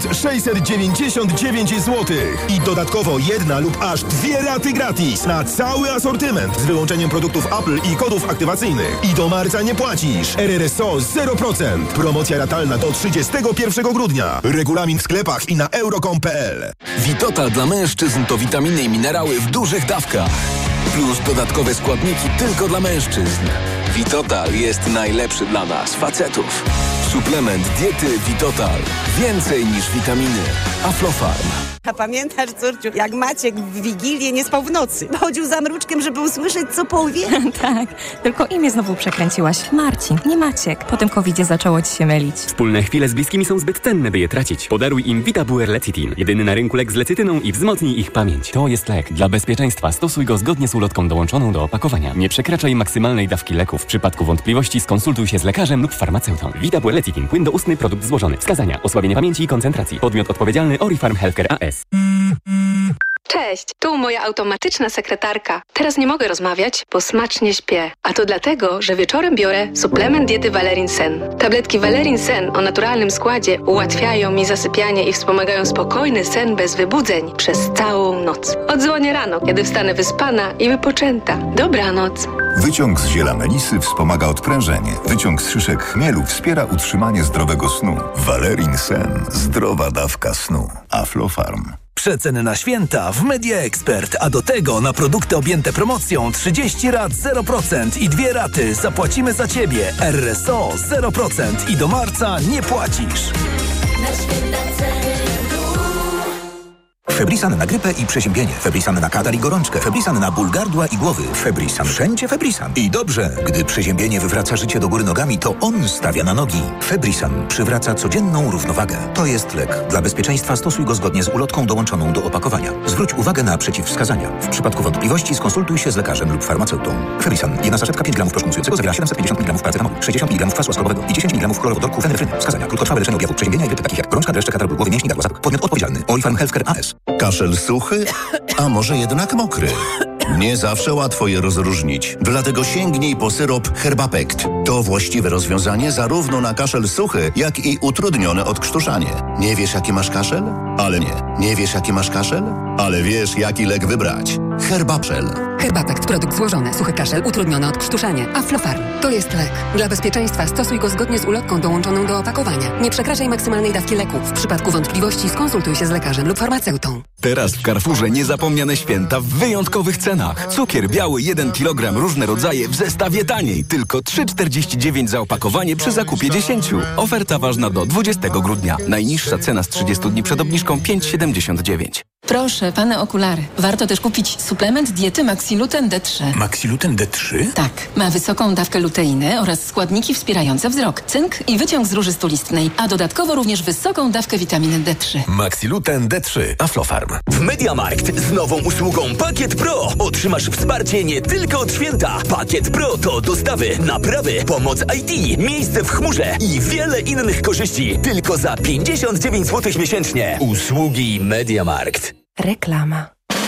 1699 zł. I dodatkowo 1 lub aż 2 raty gratis na cały asortyment z wyłączeniem produktów Apple i kodów aktywacyjnych. I do marca nie płacisz. RRSO 0%. Promocja ratalna do 31 grudnia. Regulamin w sklepach i na euro.com.pl.
Vitotal dla mężczyzn to witaminy i minerały w dużych dawkach. Plus dodatkowe składniki tylko dla mężczyzn. Vitotal jest najlepszy dla nas, facetów. Suplement diety Vitotal. Więcej niż witaminy. Aflofarm.
A pamiętasz, córciu, jak Maciek w Wigilię nie spał w nocy? Chodził za mruczkiem, żeby usłyszeć, co powie.
Tak, tylko imię znowu przekręciłaś. Marcin, nie Maciek. Po tym covidzie zaczęło ci się mylić.
Wspólne chwile z bliskimi są zbyt cenne, by je tracić. Podaruj im Vitabuer Lecitin. Jedyny na rynku lek z lecytyną i wzmocnij ich pamięć. To jest lek. Dla bezpieczeństwa stosuj go zgodnie z ulotką dołączoną do opakowania. Nie przekraczaj maksymalnej dawki leku. W przypadku wątpliwości skonsultuj się z lekarzem lub farmaceutą. Vitabuer Lecitin. Płyn doustny, produkt złożony. Wskazania: osłabienie pamięci i koncentracji. Podmiot odpowiedzialny Orifarm Healthcare AS.
Cześć, tu moja automatyczna sekretarka. Teraz nie mogę rozmawiać, bo smacznie śpię. A to dlatego, że wieczorem biorę suplement diety Valerin Sen. Tabletki Valerin Sen o naturalnym składzie ułatwiają mi zasypianie i wspomagają spokojny sen bez wybudzeń przez całą noc. Odzwonię rano, kiedy wstanę wyspana i wypoczęta. Dobranoc.
Wyciąg z ziela melisy wspomaga odprężenie. Wyciąg z szyszek chmielu wspiera utrzymanie zdrowego snu. Valerin Sen. Zdrowa dawka snu. Aflofarm.
Przeceny na święta w Media Expert, a do tego na produkty objęte promocją 30 rat 0% i 2 raty zapłacimy za Ciebie. RSO 0% i do marca nie płacisz.
Na święta ceny.
Febrisan na grypę i przeziębienie. Febrisan na katar i gorączkę. Febrisan na ból gardła i głowy. Febrisan. Wszędzie Febrisan. I dobrze, gdy przeziębienie wywraca życie do góry nogami, to on stawia na nogi. Febrisan przywraca codzienną równowagę. To jest lek. Dla bezpieczeństwa stosuj go zgodnie z ulotką dołączoną do opakowania. Zwróć uwagę na przeciwwskazania. W przypadku wątpliwości skonsultuj się z lekarzem lub farmaceutą. Febrisan. Jedna saszetka 5 gramów proszku mówiącego zawiera 750 mg paracetamolu, 60 mg kwasu ascorbowego i 10 mg chlorowodorku fenefryny. Wskazania: krótkotrwałe leczenie objawów przeziębienia i grypy takich jak gorączka, dreszcze, katar, ból głowy, mięśni, gardła, zatok. Podmiot odpowiedzialny: Orifarm Healthcare AS.
Kaszel suchy? A może jednak mokry? Nie zawsze łatwo je rozróżnić. Dlatego sięgnij po syrop Herbapekt. To właściwe rozwiązanie zarówno na kaszel suchy, jak i utrudnione odkrztuszanie. Nie wiesz, jaki masz kaszel? Ale nie. Nie wiesz, jaki masz kaszel? Ale wiesz, jaki lek wybrać. Herbapszel.
Herbapekt, produkt złożony, suchy kaszel, utrudnione odkrztuszenie. Aflofarm. To jest lek. Dla bezpieczeństwa stosuj go zgodnie z ulotką dołączoną do opakowania. Nie przekraczaj maksymalnej dawki leku. W przypadku wątpliwości skonsultuj się z lekarzem lub farmaceutą.
Teraz w Carrefourze niezapomniane święta w wyjątkowych cenach. Cukier biały 1 kg, różne rodzaje w zestawie taniej. Tylko 3,49 za opakowanie przy zakupie 10. Oferta ważna do 20 grudnia. Najniższa cena z 30 dni przed obniżką 5,79.
Proszę, pane okulary. Warto też kupić suplement diety Maxiluten D3.
Maxiluten D3?
Tak. Ma wysoką dawkę luteiny oraz składniki wspierające wzrok, cynk i wyciąg z róży stulistnej, a dodatkowo również wysoką dawkę witaminy D3.
Maxiluten D3. Aflofarm.
W MediaMarkt z nową usługą Pakiet Pro otrzymasz wsparcie nie tylko od święta. Pakiet Pro to dostawy, naprawy, pomoc IT, miejsce w chmurze i wiele innych korzyści. Tylko za 59 zł miesięcznie. Usługi MediaMarkt.
Reklama.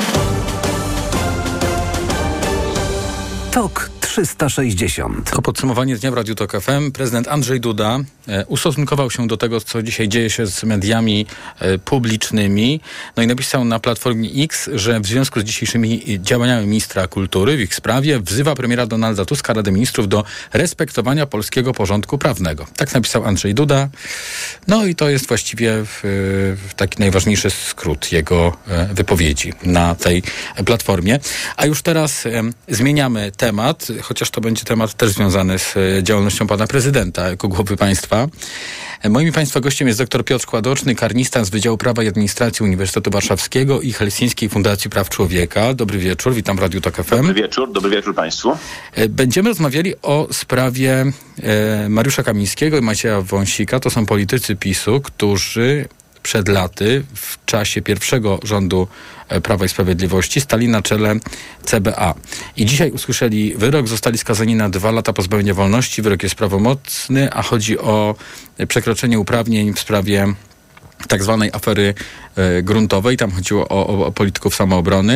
TOK 360.
To podsumowanie dnia w Radiu TOK FM. Prezydent Andrzej Duda ustosunkował się do tego, co dzisiaj dzieje się z mediami publicznymi. No i napisał na Platformie X, że w związku z dzisiejszymi działaniami ministra kultury w ich sprawie wzywa premiera Donalda Tuska, Radę Ministrów do respektowania polskiego porządku prawnego. Tak napisał Andrzej Duda. No i to jest właściwie taki najważniejszy skrót jego wypowiedzi na tej platformie. A już teraz zmieniamy temat, chociaż to będzie temat też związany z działalnością pana prezydenta jako głowy państwa. Moim państwa gościem jest dr Piotr Kładoczny, karnista z Wydziału Prawa i Administracji Uniwersytetu Warszawskiego i Helsińskiej Fundacji Praw Człowieka. Dobry wieczór, witam w Radiu TOK FM.
Dobry wieczór państwu.
Będziemy rozmawiali o sprawie Mariusza Kamińskiego i Macieja Wąsika. To są politycy PiS-u, którzy przed laty, w czasie pierwszego rządu Prawa i Sprawiedliwości, stali na czele CBA. I dzisiaj usłyszeli wyrok, zostali skazani na 2 lata pozbawienia wolności. Wyrok jest prawomocny, a chodzi o przekroczenie uprawnień w sprawie tak zwanej afery gruntowej. Tam chodziło o polityków samoobrony.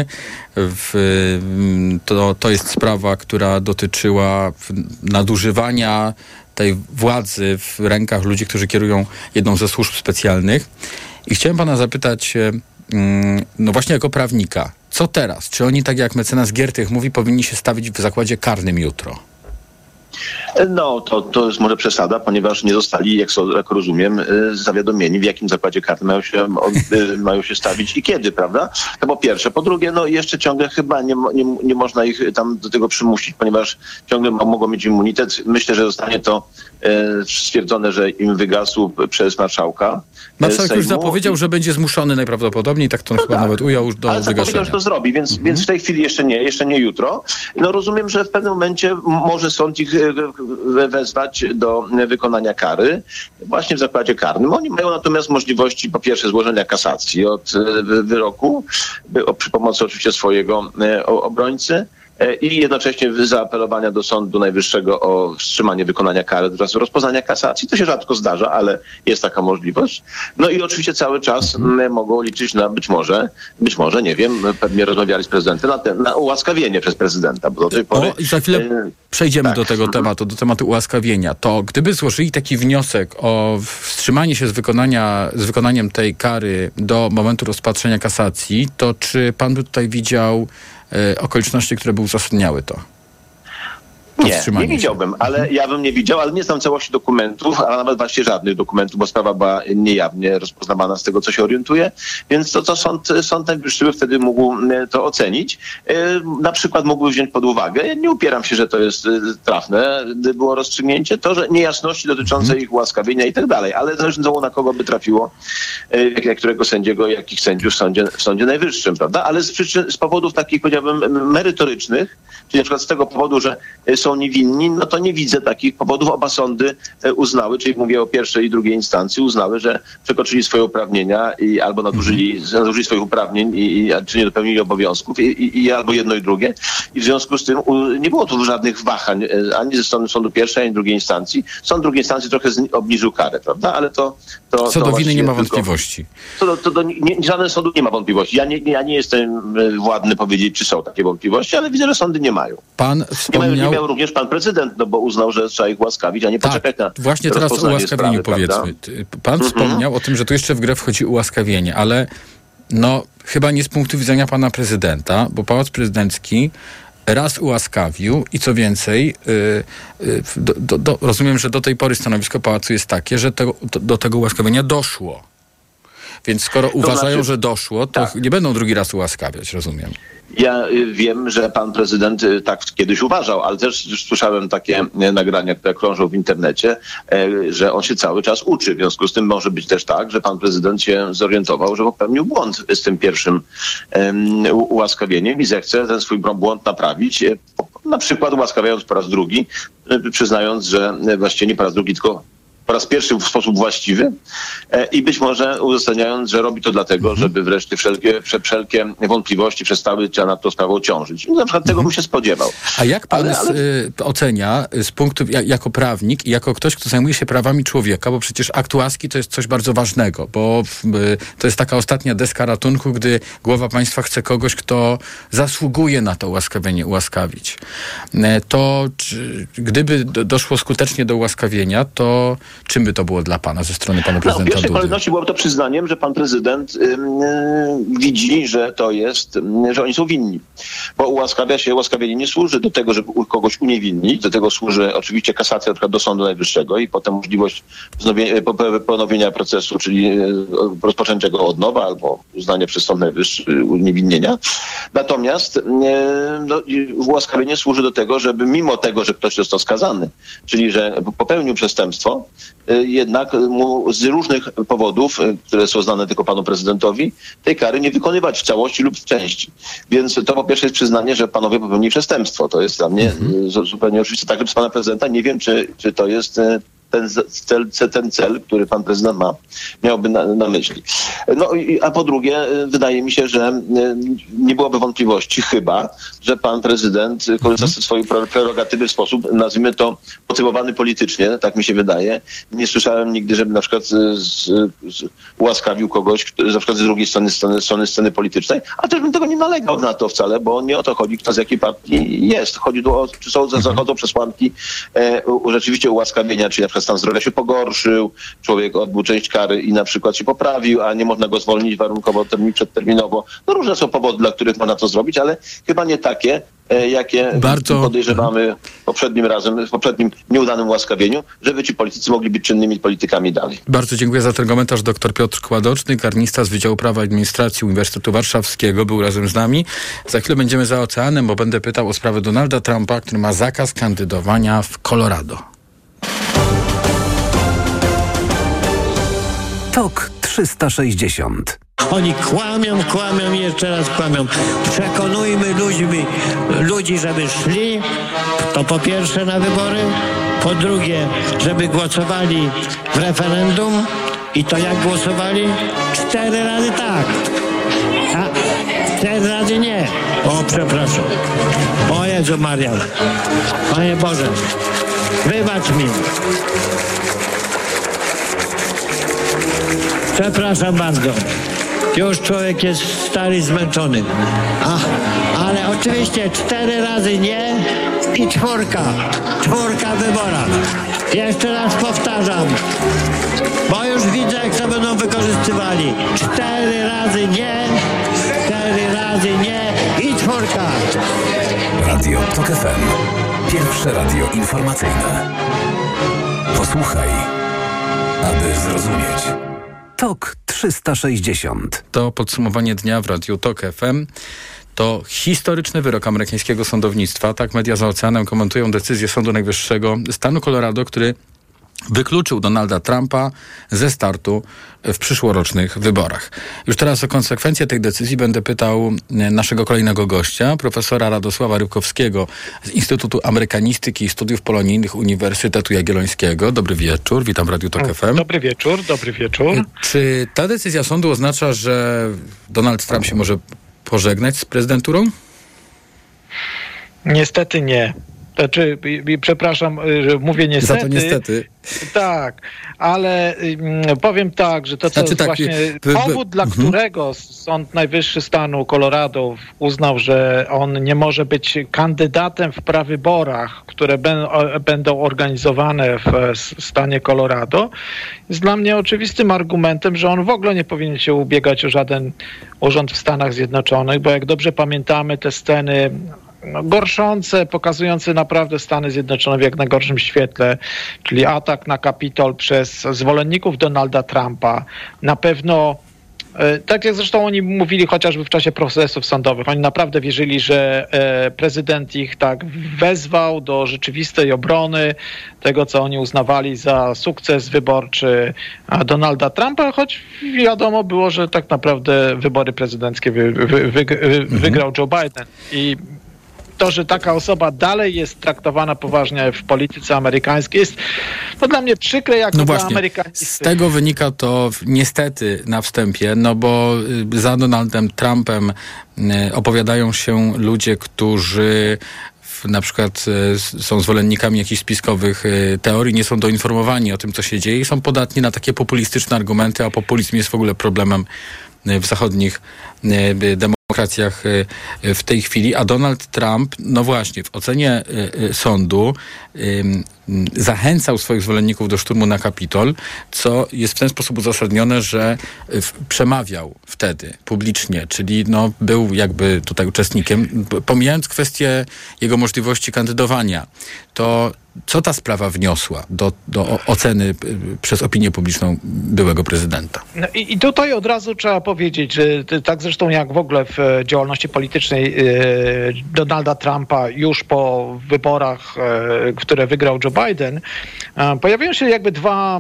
To jest sprawa, która dotyczyła nadużywania tej władzy w rękach ludzi, którzy kierują jedną ze służb specjalnych. I chciałem pana zapytać, no właśnie jako prawnika, co teraz? Czy oni, tak jak mecenas Giertych mówi, powinni się stawić w zakładzie karnym jutro?
No, to jest może przesada, ponieważ nie zostali, jak rozumiem, zawiadomieni, w jakim zakładzie karnym mają się stawić i kiedy, prawda? To po pierwsze. Po drugie, no jeszcze ciągle chyba nie można ich tam do tego przymusić, ponieważ ciągle mogą mieć immunitet. Myślę, że zostanie to stwierdzone, że im wygasł przez marszałka.
Marszałek już zapowiedział, że będzie zmuszony najprawdopodobniej, tak to no chyba tak, nawet ujął do wygaszenia.
Zapowiedział, że to zrobi, więc w tej chwili jeszcze nie jutro. No rozumiem, że w pewnym momencie może sąd ich wezwać do wykonania kary właśnie w zakładzie karnym. Oni mają natomiast możliwości po pierwsze złożenia kasacji od wyroku przy pomocy oczywiście swojego obrońcy i jednocześnie zaapelowania do Sądu Najwyższego o wstrzymanie wykonania kary oraz rozpoznania kasacji. To się rzadko zdarza, ale jest taka możliwość. No i oczywiście cały czas mogą liczyć na być może, nie wiem, pewnie rozmawiali z prezydentem, na ułaskawienie przez prezydenta, bo do tej pory...
I za chwilę przejdziemy do tego tematu, do tematu ułaskawienia. To gdyby złożyli taki wniosek o wstrzymanie się z wykonaniem tej kary do momentu rozpatrzenia kasacji, to czy pan by tutaj widział okoliczności, które by uzasadniały to?
Nie widziałbym, ale ja bym nie widział, ale nie znam całości dokumentów, a nawet właśnie żadnych dokumentów, bo sprawa była niejawnie rozpoznawana z tego, co się orientuje, więc to Sąd Najwyższy by wtedy mógł to ocenić. Na przykład mógłby wziąć pod uwagę, nie upieram się, że to jest trafne, gdy było rozstrzygnięcie, to, że niejasności dotyczące ich ułaskawienia i tak dalej, ale zależy na kogo by trafiło, którego sędziego, jakich sędziów w Sądzie Najwyższym, prawda? Ale z powodów takich, powiedziałbym, merytorycznych, czyli na przykład z tego powodu, że są niewinni, no to nie widzę takich powodów. Oba sądy uznały, czyli mówię o pierwszej i drugiej instancji, uznały, że przekroczyli swoje uprawnienia i albo nadużyli swoich uprawnień, czy nie dopełnili obowiązków, i albo jedno i drugie. I w związku z tym nie było tu żadnych wahań ani ze strony sądu pierwszej, ani drugiej instancji. Sąd drugiej instancji trochę obniżył karę, prawda? Ale
co do winy nie ma wątpliwości.
Żaden sądu nie ma wątpliwości. Ja nie jestem władny powiedzieć, czy są takie wątpliwości, ale widzę, że sądy nie mają.
Pan wspomniał...
Nie miał również pan prezydent, no bo uznał, że trzeba ich łaskawić, a nie poczekać na
właśnie teraz o ułaskawieniu powiedzmy. Pan wspomniał o tym, że tu jeszcze w grę wchodzi ułaskawienie, ale no chyba nie z punktu widzenia pana prezydenta, bo Pałac Prezydencki raz ułaskawił i co więcej, rozumiem, że do tej pory stanowisko pałacu jest takie, że do tego ułaskawienia doszło. Więc skoro uważają, że doszło, to nie będą drugi raz ułaskawiać, rozumiem.
Ja wiem, że pan prezydent tak kiedyś uważał, ale też już słyszałem takie nagrania, które krążą w internecie, że on się cały czas uczy. W związku z tym może być też tak, że pan prezydent się zorientował, że popełnił błąd z tym pierwszym ułaskawieniem i zechce ten swój błąd naprawić, na przykład ułaskawiając po raz drugi, przyznając, że właściwie nie po raz drugi, tylko po raz pierwszy w sposób właściwy i być może uzasadniając, że robi to dlatego, żeby wreszcie wszelkie wątpliwości przestały nad tą sprawą ciążyć. Na przykład tego bym się spodziewał.
A jak pan ocenia z punktu, jako prawnik i jako ktoś, kto zajmuje się prawami człowieka, bo przecież akt łaski to jest coś bardzo ważnego, bo to jest taka ostatnia deska ratunku, gdy głowa państwa chce kogoś, kto zasługuje na to ułaskawienie, ułaskawić. To gdyby doszło skutecznie do ułaskawienia, to czym by to było dla pana ze strony pana prezydenta Dudy? W pierwszej
kolejności byłoby to przyznaniem, że pan prezydent widzi, że to jest, że oni są winni. Bo ułaskawienie nie służy do tego, żeby kogoś uniewinnić. Do tego służy oczywiście kasacja na przykład do Sądu Najwyższego i potem możliwość ponowienia procesu, czyli rozpoczęcia go od nowa albo uznanie przez Sąd Najwyższy uniewinnienia. Natomiast ułaskawienie służy do tego, żeby mimo tego, że ktoś został skazany, czyli że popełnił przestępstwo, jednak mu z różnych powodów, które są znane tylko panu prezydentowi, tej kary nie wykonywać w całości lub w części. Więc to po pierwsze jest przyznanie, że panowie popełnili przestępstwo. To jest dla mnie zupełnie oczywiste. Także przez pana prezydenta nie wiem, czy to jest ten cel, który pan prezydent miałby na myśli. A po drugie, wydaje mi się, że nie byłoby wątpliwości chyba, że pan prezydent korzysta ze swojej prerogatywy w sposób, nazwijmy to, motywowany politycznie, tak mi się wydaje. Nie słyszałem nigdy, żeby na przykład ułaskawił kogoś, który na przykład z drugiej strony sceny politycznej, a też bym tego nie nalegał na to wcale, bo nie o to chodzi, kto z jakiej partii jest. Chodzi tu o, czy zachodzą przesłanki rzeczywiście ułaskawienia, czy na przykład stan zdrowia się pogorszył, człowiek odbył część kary i na przykład się poprawił, a nie można go zwolnić warunkowo, przedterminowo. Różne są powody, dla których można to zrobić, ale chyba nie takie, jakie podejrzewamy w poprzednim nieudanym ułaskawieniu, żeby ci politycy mogli być czynnymi politykami dalej.
Bardzo dziękuję za ten komentarz. Dr Piotr Kładoczny, karnista z Wydziału Prawa i Administracji Uniwersytetu Warszawskiego, był razem z nami. Za chwilę będziemy za oceanem, bo będę pytał o sprawę Donalda Trumpa, który ma zakaz kandydowania w Colorado.
TOK 360.
Oni kłamią i jeszcze raz kłamią. Przekonujmy ludzi, żeby szli, to po pierwsze na wybory, po drugie, żeby głosowali w referendum i to jak głosowali? 4 razy tak, a 4 razy nie. O, przepraszam. O Jezu Maria. Panie Boże, wybacz mi. Przepraszam bardzo. Już człowiek jest stary, zmęczony. Ale oczywiście 4 razy nie i 4 w wyborach. Jeszcze raz powtarzam, bo już widzę, jak to będą wykorzystywali. 4 razy nie, 4 razy nie i 4.
Radio TOK FM. Pierwsze radio informacyjne. Posłuchaj, aby zrozumieć.
TOK 360.
To podsumowanie dnia w Radiu TOK FM. To historyczny wyrok amerykańskiego sądownictwa. Tak media za oceanem komentują decyzję Sądu Najwyższego stanu Colorado, który wykluczył Donalda Trumpa ze startu w przyszłorocznych wyborach. Już teraz o konsekwencje tej decyzji będę pytał naszego kolejnego gościa, profesora Radosława Rybkowskiego z Instytutu Amerykanistyki i Studiów Polonijnych Uniwersytetu Jagiellońskiego. Dobry wieczór, witam w Radiu TOK FM.
Dobry wieczór.
Czy ta decyzja sądu oznacza, że Donald Trump się może pożegnać z prezydenturą?
Niestety nie. Znaczy, przepraszam, że mówię niestety.
Za to niestety.
Tak, ale powiem tak, że to co jest właśnie powód, dla którego Sąd Najwyższy stanu Colorado uznał, że on nie może być kandydatem w prawyborach, które będą organizowane w stanie Colorado, jest dla mnie oczywistym argumentem, że on w ogóle nie powinien się ubiegać o żaden urząd w Stanach Zjednoczonych, bo jak dobrze pamiętamy te sceny gorszące, pokazujące naprawdę Stany Zjednoczone w jak najgorszym świetle, czyli atak na Kapitol przez zwolenników Donalda Trumpa. Na pewno, tak jak zresztą oni mówili chociażby w czasie procesów sądowych, oni naprawdę wierzyli, że prezydent ich tak wezwał do rzeczywistej obrony tego, co oni uznawali za sukces wyborczy Donalda Trumpa, choć wiadomo było, że tak naprawdę wybory prezydenckie wygrał Joe Biden. I to, że taka osoba dalej jest traktowana poważnie w polityce amerykańskiej, jest dla mnie przykre, jak dla Amerykanistów.
Z tego wynika to niestety na wstępie, bo za Donaldem Trumpem opowiadają się ludzie, którzy na przykład są zwolennikami jakichś spiskowych teorii, nie są doinformowani o tym, co się dzieje i są podatni na takie populistyczne argumenty, a populizm jest w ogóle problemem w zachodnich demokracjach w tej chwili, a Donald Trump, właśnie, w ocenie sądu zachęcał swoich zwolenników do szturmu na Kapitol, co jest w ten sposób uzasadnione, że przemawiał wtedy publicznie, czyli był jakby tutaj uczestnikiem. Pomijając kwestię jego możliwości kandydowania, to co ta sprawa wniosła do oceny przez opinię publiczną byłego prezydenta?
I tutaj od razu trzeba powiedzieć, że tak zresztą jak w ogóle w działalności politycznej Donalda Trumpa już po wyborach, które wygrał Joe Biden, pojawiają się jakby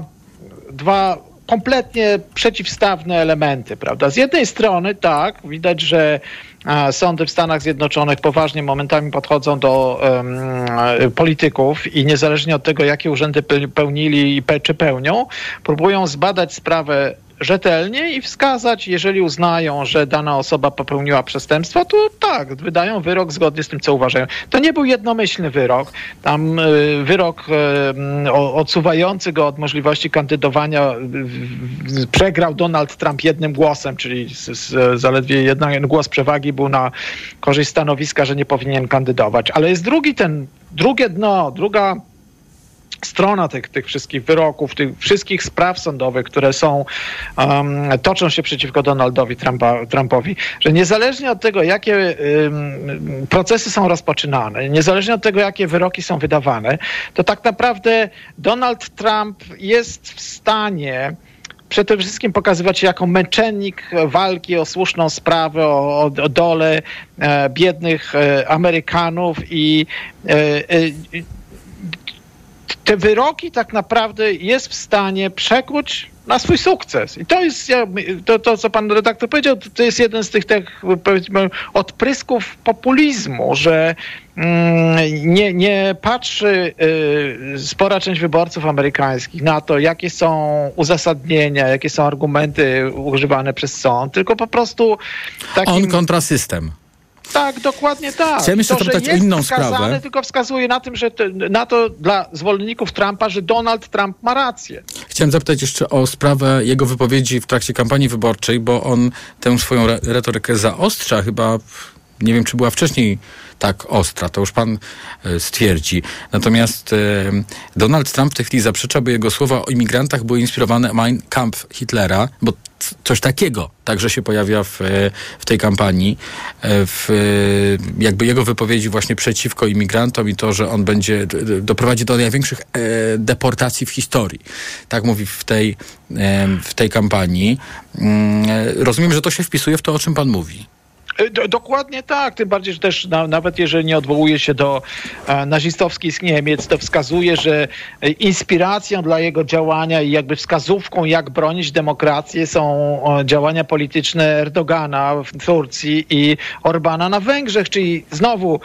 dwa kompletnie przeciwstawne elementy, prawda? Z jednej strony tak, widać, że sądy w Stanach Zjednoczonych poważnie momentami podchodzą do polityków i niezależnie od tego, jakie urzędy pełnili czy pełnią, próbują zbadać sprawę rzetelnie i wskazać, jeżeli uznają, że dana osoba popełniła przestępstwo, to tak, wydają wyrok zgodnie z tym, co uważają. To nie był jednomyślny wyrok. Tam wyrok odsuwający go od możliwości kandydowania przegrał Donald Trump jednym głosem, czyli zaledwie jeden głos przewagi był na korzyść stanowiska, że nie powinien kandydować. Ale jest druga strona tych wszystkich wyroków, tych wszystkich spraw sądowych, które toczą się przeciwko Donaldowi Trumpowi, że niezależnie od tego, jakie procesy są rozpoczynane, niezależnie od tego, jakie wyroki są wydawane, to tak naprawdę Donald Trump jest w stanie przede wszystkim pokazywać się jako męczennik walki o słuszną sprawę, o dolę biednych Amerykanów i te wyroki tak naprawdę jest w stanie przekuć na swój sukces. I to jest, to co pan redaktor powiedział, to jest jeden z tych powiedzmy odprysków populizmu, że nie patrzy spora część wyborców amerykańskich na to, jakie są uzasadnienia, jakie są argumenty używane przez sąd, tylko po prostu
on kontra system.
Tak, dokładnie tak.
Chciałem jeszcze zapytać o inną sprawę.
Tylko wskazuje na tym, że na to dla zwolenników Trumpa, że Donald Trump ma rację.
Chciałem zapytać jeszcze o sprawę jego wypowiedzi w trakcie kampanii wyborczej, bo on tę swoją retorykę zaostrza chyba, nie wiem, czy była wcześniej tak ostra, to już pan stwierdzi. Natomiast Donald Trump w tej chwili zaprzecza, by jego słowa o imigrantach były inspirowane Mein Kampf Hitlera, bo coś takiego także się pojawia w tej kampanii. Jakby jego wypowiedzi właśnie przeciwko imigrantom i to, że on doprowadzi do największych deportacji w historii. Tak mówi w tej kampanii. Rozumiem, że to się wpisuje w to, o czym pan mówi.
Dokładnie tak, tym bardziej, że też nawet jeżeli nie odwołuje się do nazistowskich Niemiec, to wskazuje, że inspiracją dla jego działania i jakby wskazówką, jak bronić demokracji, są działania polityczne Erdogana w Turcji i Orbana na Węgrzech, czyli znowu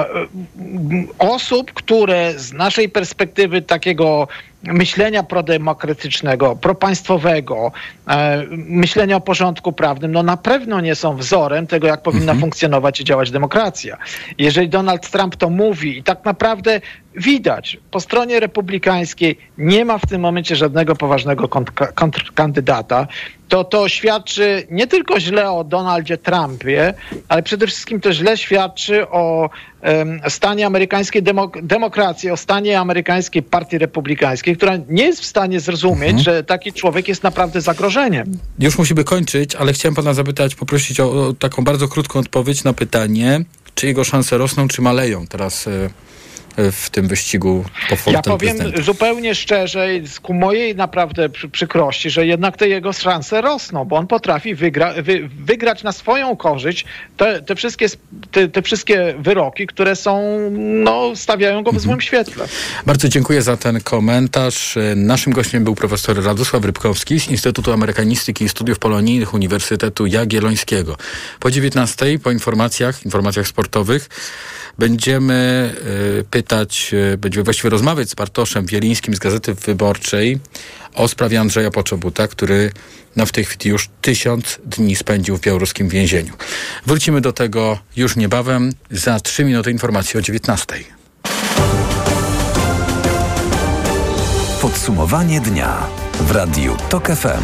osób, które z naszej perspektywy takiego myślenia prodemokratycznego, propaństwowego, myślenia o porządku prawnym, na pewno nie są wzorem tego, jak powinna funkcjonować i działać demokracja. Jeżeli Donald Trump to mówi i tak naprawdę widać, po stronie republikańskiej nie ma w tym momencie żadnego poważnego kontrkandydata, to świadczy nie tylko źle o Donaldzie Trumpie, ale przede wszystkim to źle świadczy o stanie amerykańskiej demokracji, o stanie amerykańskiej partii republikańskiej, która nie jest w stanie zrozumieć, że taki człowiek jest naprawdę zagrożeniem.
Już musimy kończyć, ale chciałem pana poprosić o taką bardzo krótką odpowiedź na pytanie, Czy jego szanse rosną, czy maleją teraz w tym wyścigu po fotel
Ja powiem
prezydenta?
zupełnie szczerze, ku mojej naprawdę przykrości, że jednak te jego szanse rosną, bo on potrafi wygrać na swoją korzyść te wszystkie wyroki, które są, stawiają go w złym świetle.
Bardzo dziękuję za ten komentarz. Naszym gościem był profesor Radosław Rybkowski z Instytutu Amerykanistyki i Studiów Polonijnych Uniwersytetu Jagiellońskiego. Po 19:00, po informacjach sportowych, będziemy będziemy właściwie rozmawiać z Bartoszem Wielińskim z Gazety Wyborczej o sprawie Andrzeja Poczobuta, który w tej chwili już 1000 dni spędził w białoruskim więzieniu. Wrócimy do tego już niebawem. Za 3 minuty informacji o 19:00.
Podsumowanie dnia w Radiu TOK FM.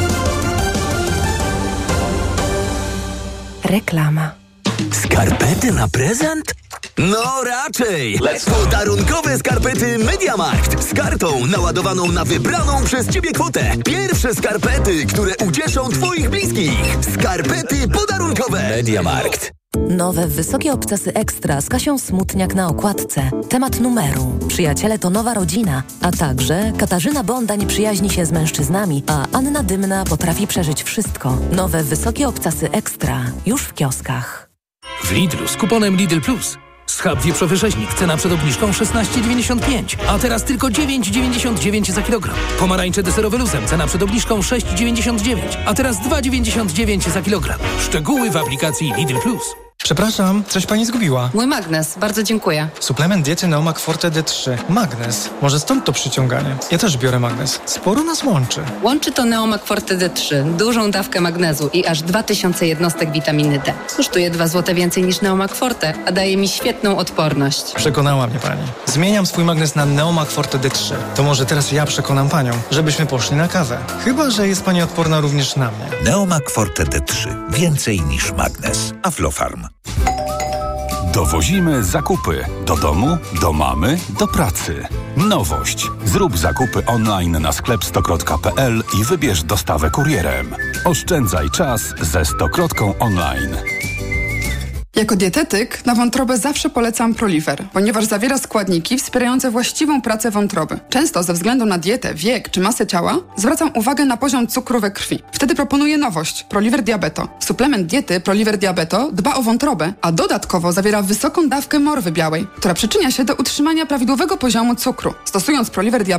Reklama.
Skarpety na prezent? No raczej! Podarunkowe skarpety MediaMarkt z kartą naładowaną na wybraną przez Ciebie kwotę. Pierwsze skarpety, które ucieszą Twoich bliskich. Skarpety podarunkowe. MediaMarkt.
Nowe wysokie obcasy ekstra z Kasią Smutniak na okładce. Temat numeru. Przyjaciele to nowa rodzina. A także Katarzyna Bonda nie przyjaźni się z mężczyznami, a Anna Dymna potrafi przeżyć wszystko. Nowe wysokie obcasy ekstra. Już w kioskach.
W Lidlu z kuponem Lidl Plus. Schab wieprzowy rzeźnik, cena przed obniżką 16,95, a teraz tylko 9,99 za kilogram. Pomarańcze deserowe luzem, cena przed obniżką 6,99, a teraz 2,99 za kilogram. Szczegóły w aplikacji Lidl Plus.
Przepraszam, coś pani zgubiła.
Mój magnes, bardzo dziękuję.
Suplement diety Neomak Forte D3. Magnes. Może stąd to przyciąganie. Ja też biorę magnes. Sporo nas łączy.
Łączy to Neomak Forte D3. Dużą dawkę magnezu i aż 2000 jednostek witaminy D. Kosztuje 2 zł więcej niż Neomak Forte, a daje mi świetną odporność.
Przekonała mnie pani. Zmieniam swój magnes na Neomak Forte D3. To może teraz ja przekonam panią, żebyśmy poszli na kawę. Chyba że jest pani odporna również na mnie.
Neomak Forte D3. Więcej niż magnes. Aflofarm.
Dowozimy zakupy do domu, do mamy, do pracy. Nowość. Zrób zakupy online na sklep100krot.pl i wybierz dostawę kurierem. Oszczędzaj czas ze 100krotką online.
Jako dietetyk na wątrobę zawsze polecam Proliver, ponieważ zawiera składniki wspierające właściwą pracę wątroby. Często ze względu na dietę, wiek czy masę ciała zwracam uwagę na poziom cukru we krwi. Wtedy proponuję nowość Proliver Diabeto. Suplement diety Proliver Diabeto dba o wątrobę, a dodatkowo zawiera wysoką dawkę morwy białej, która przyczynia się do utrzymania prawidłowego poziomu cukru. Stosując Proliver Diabeto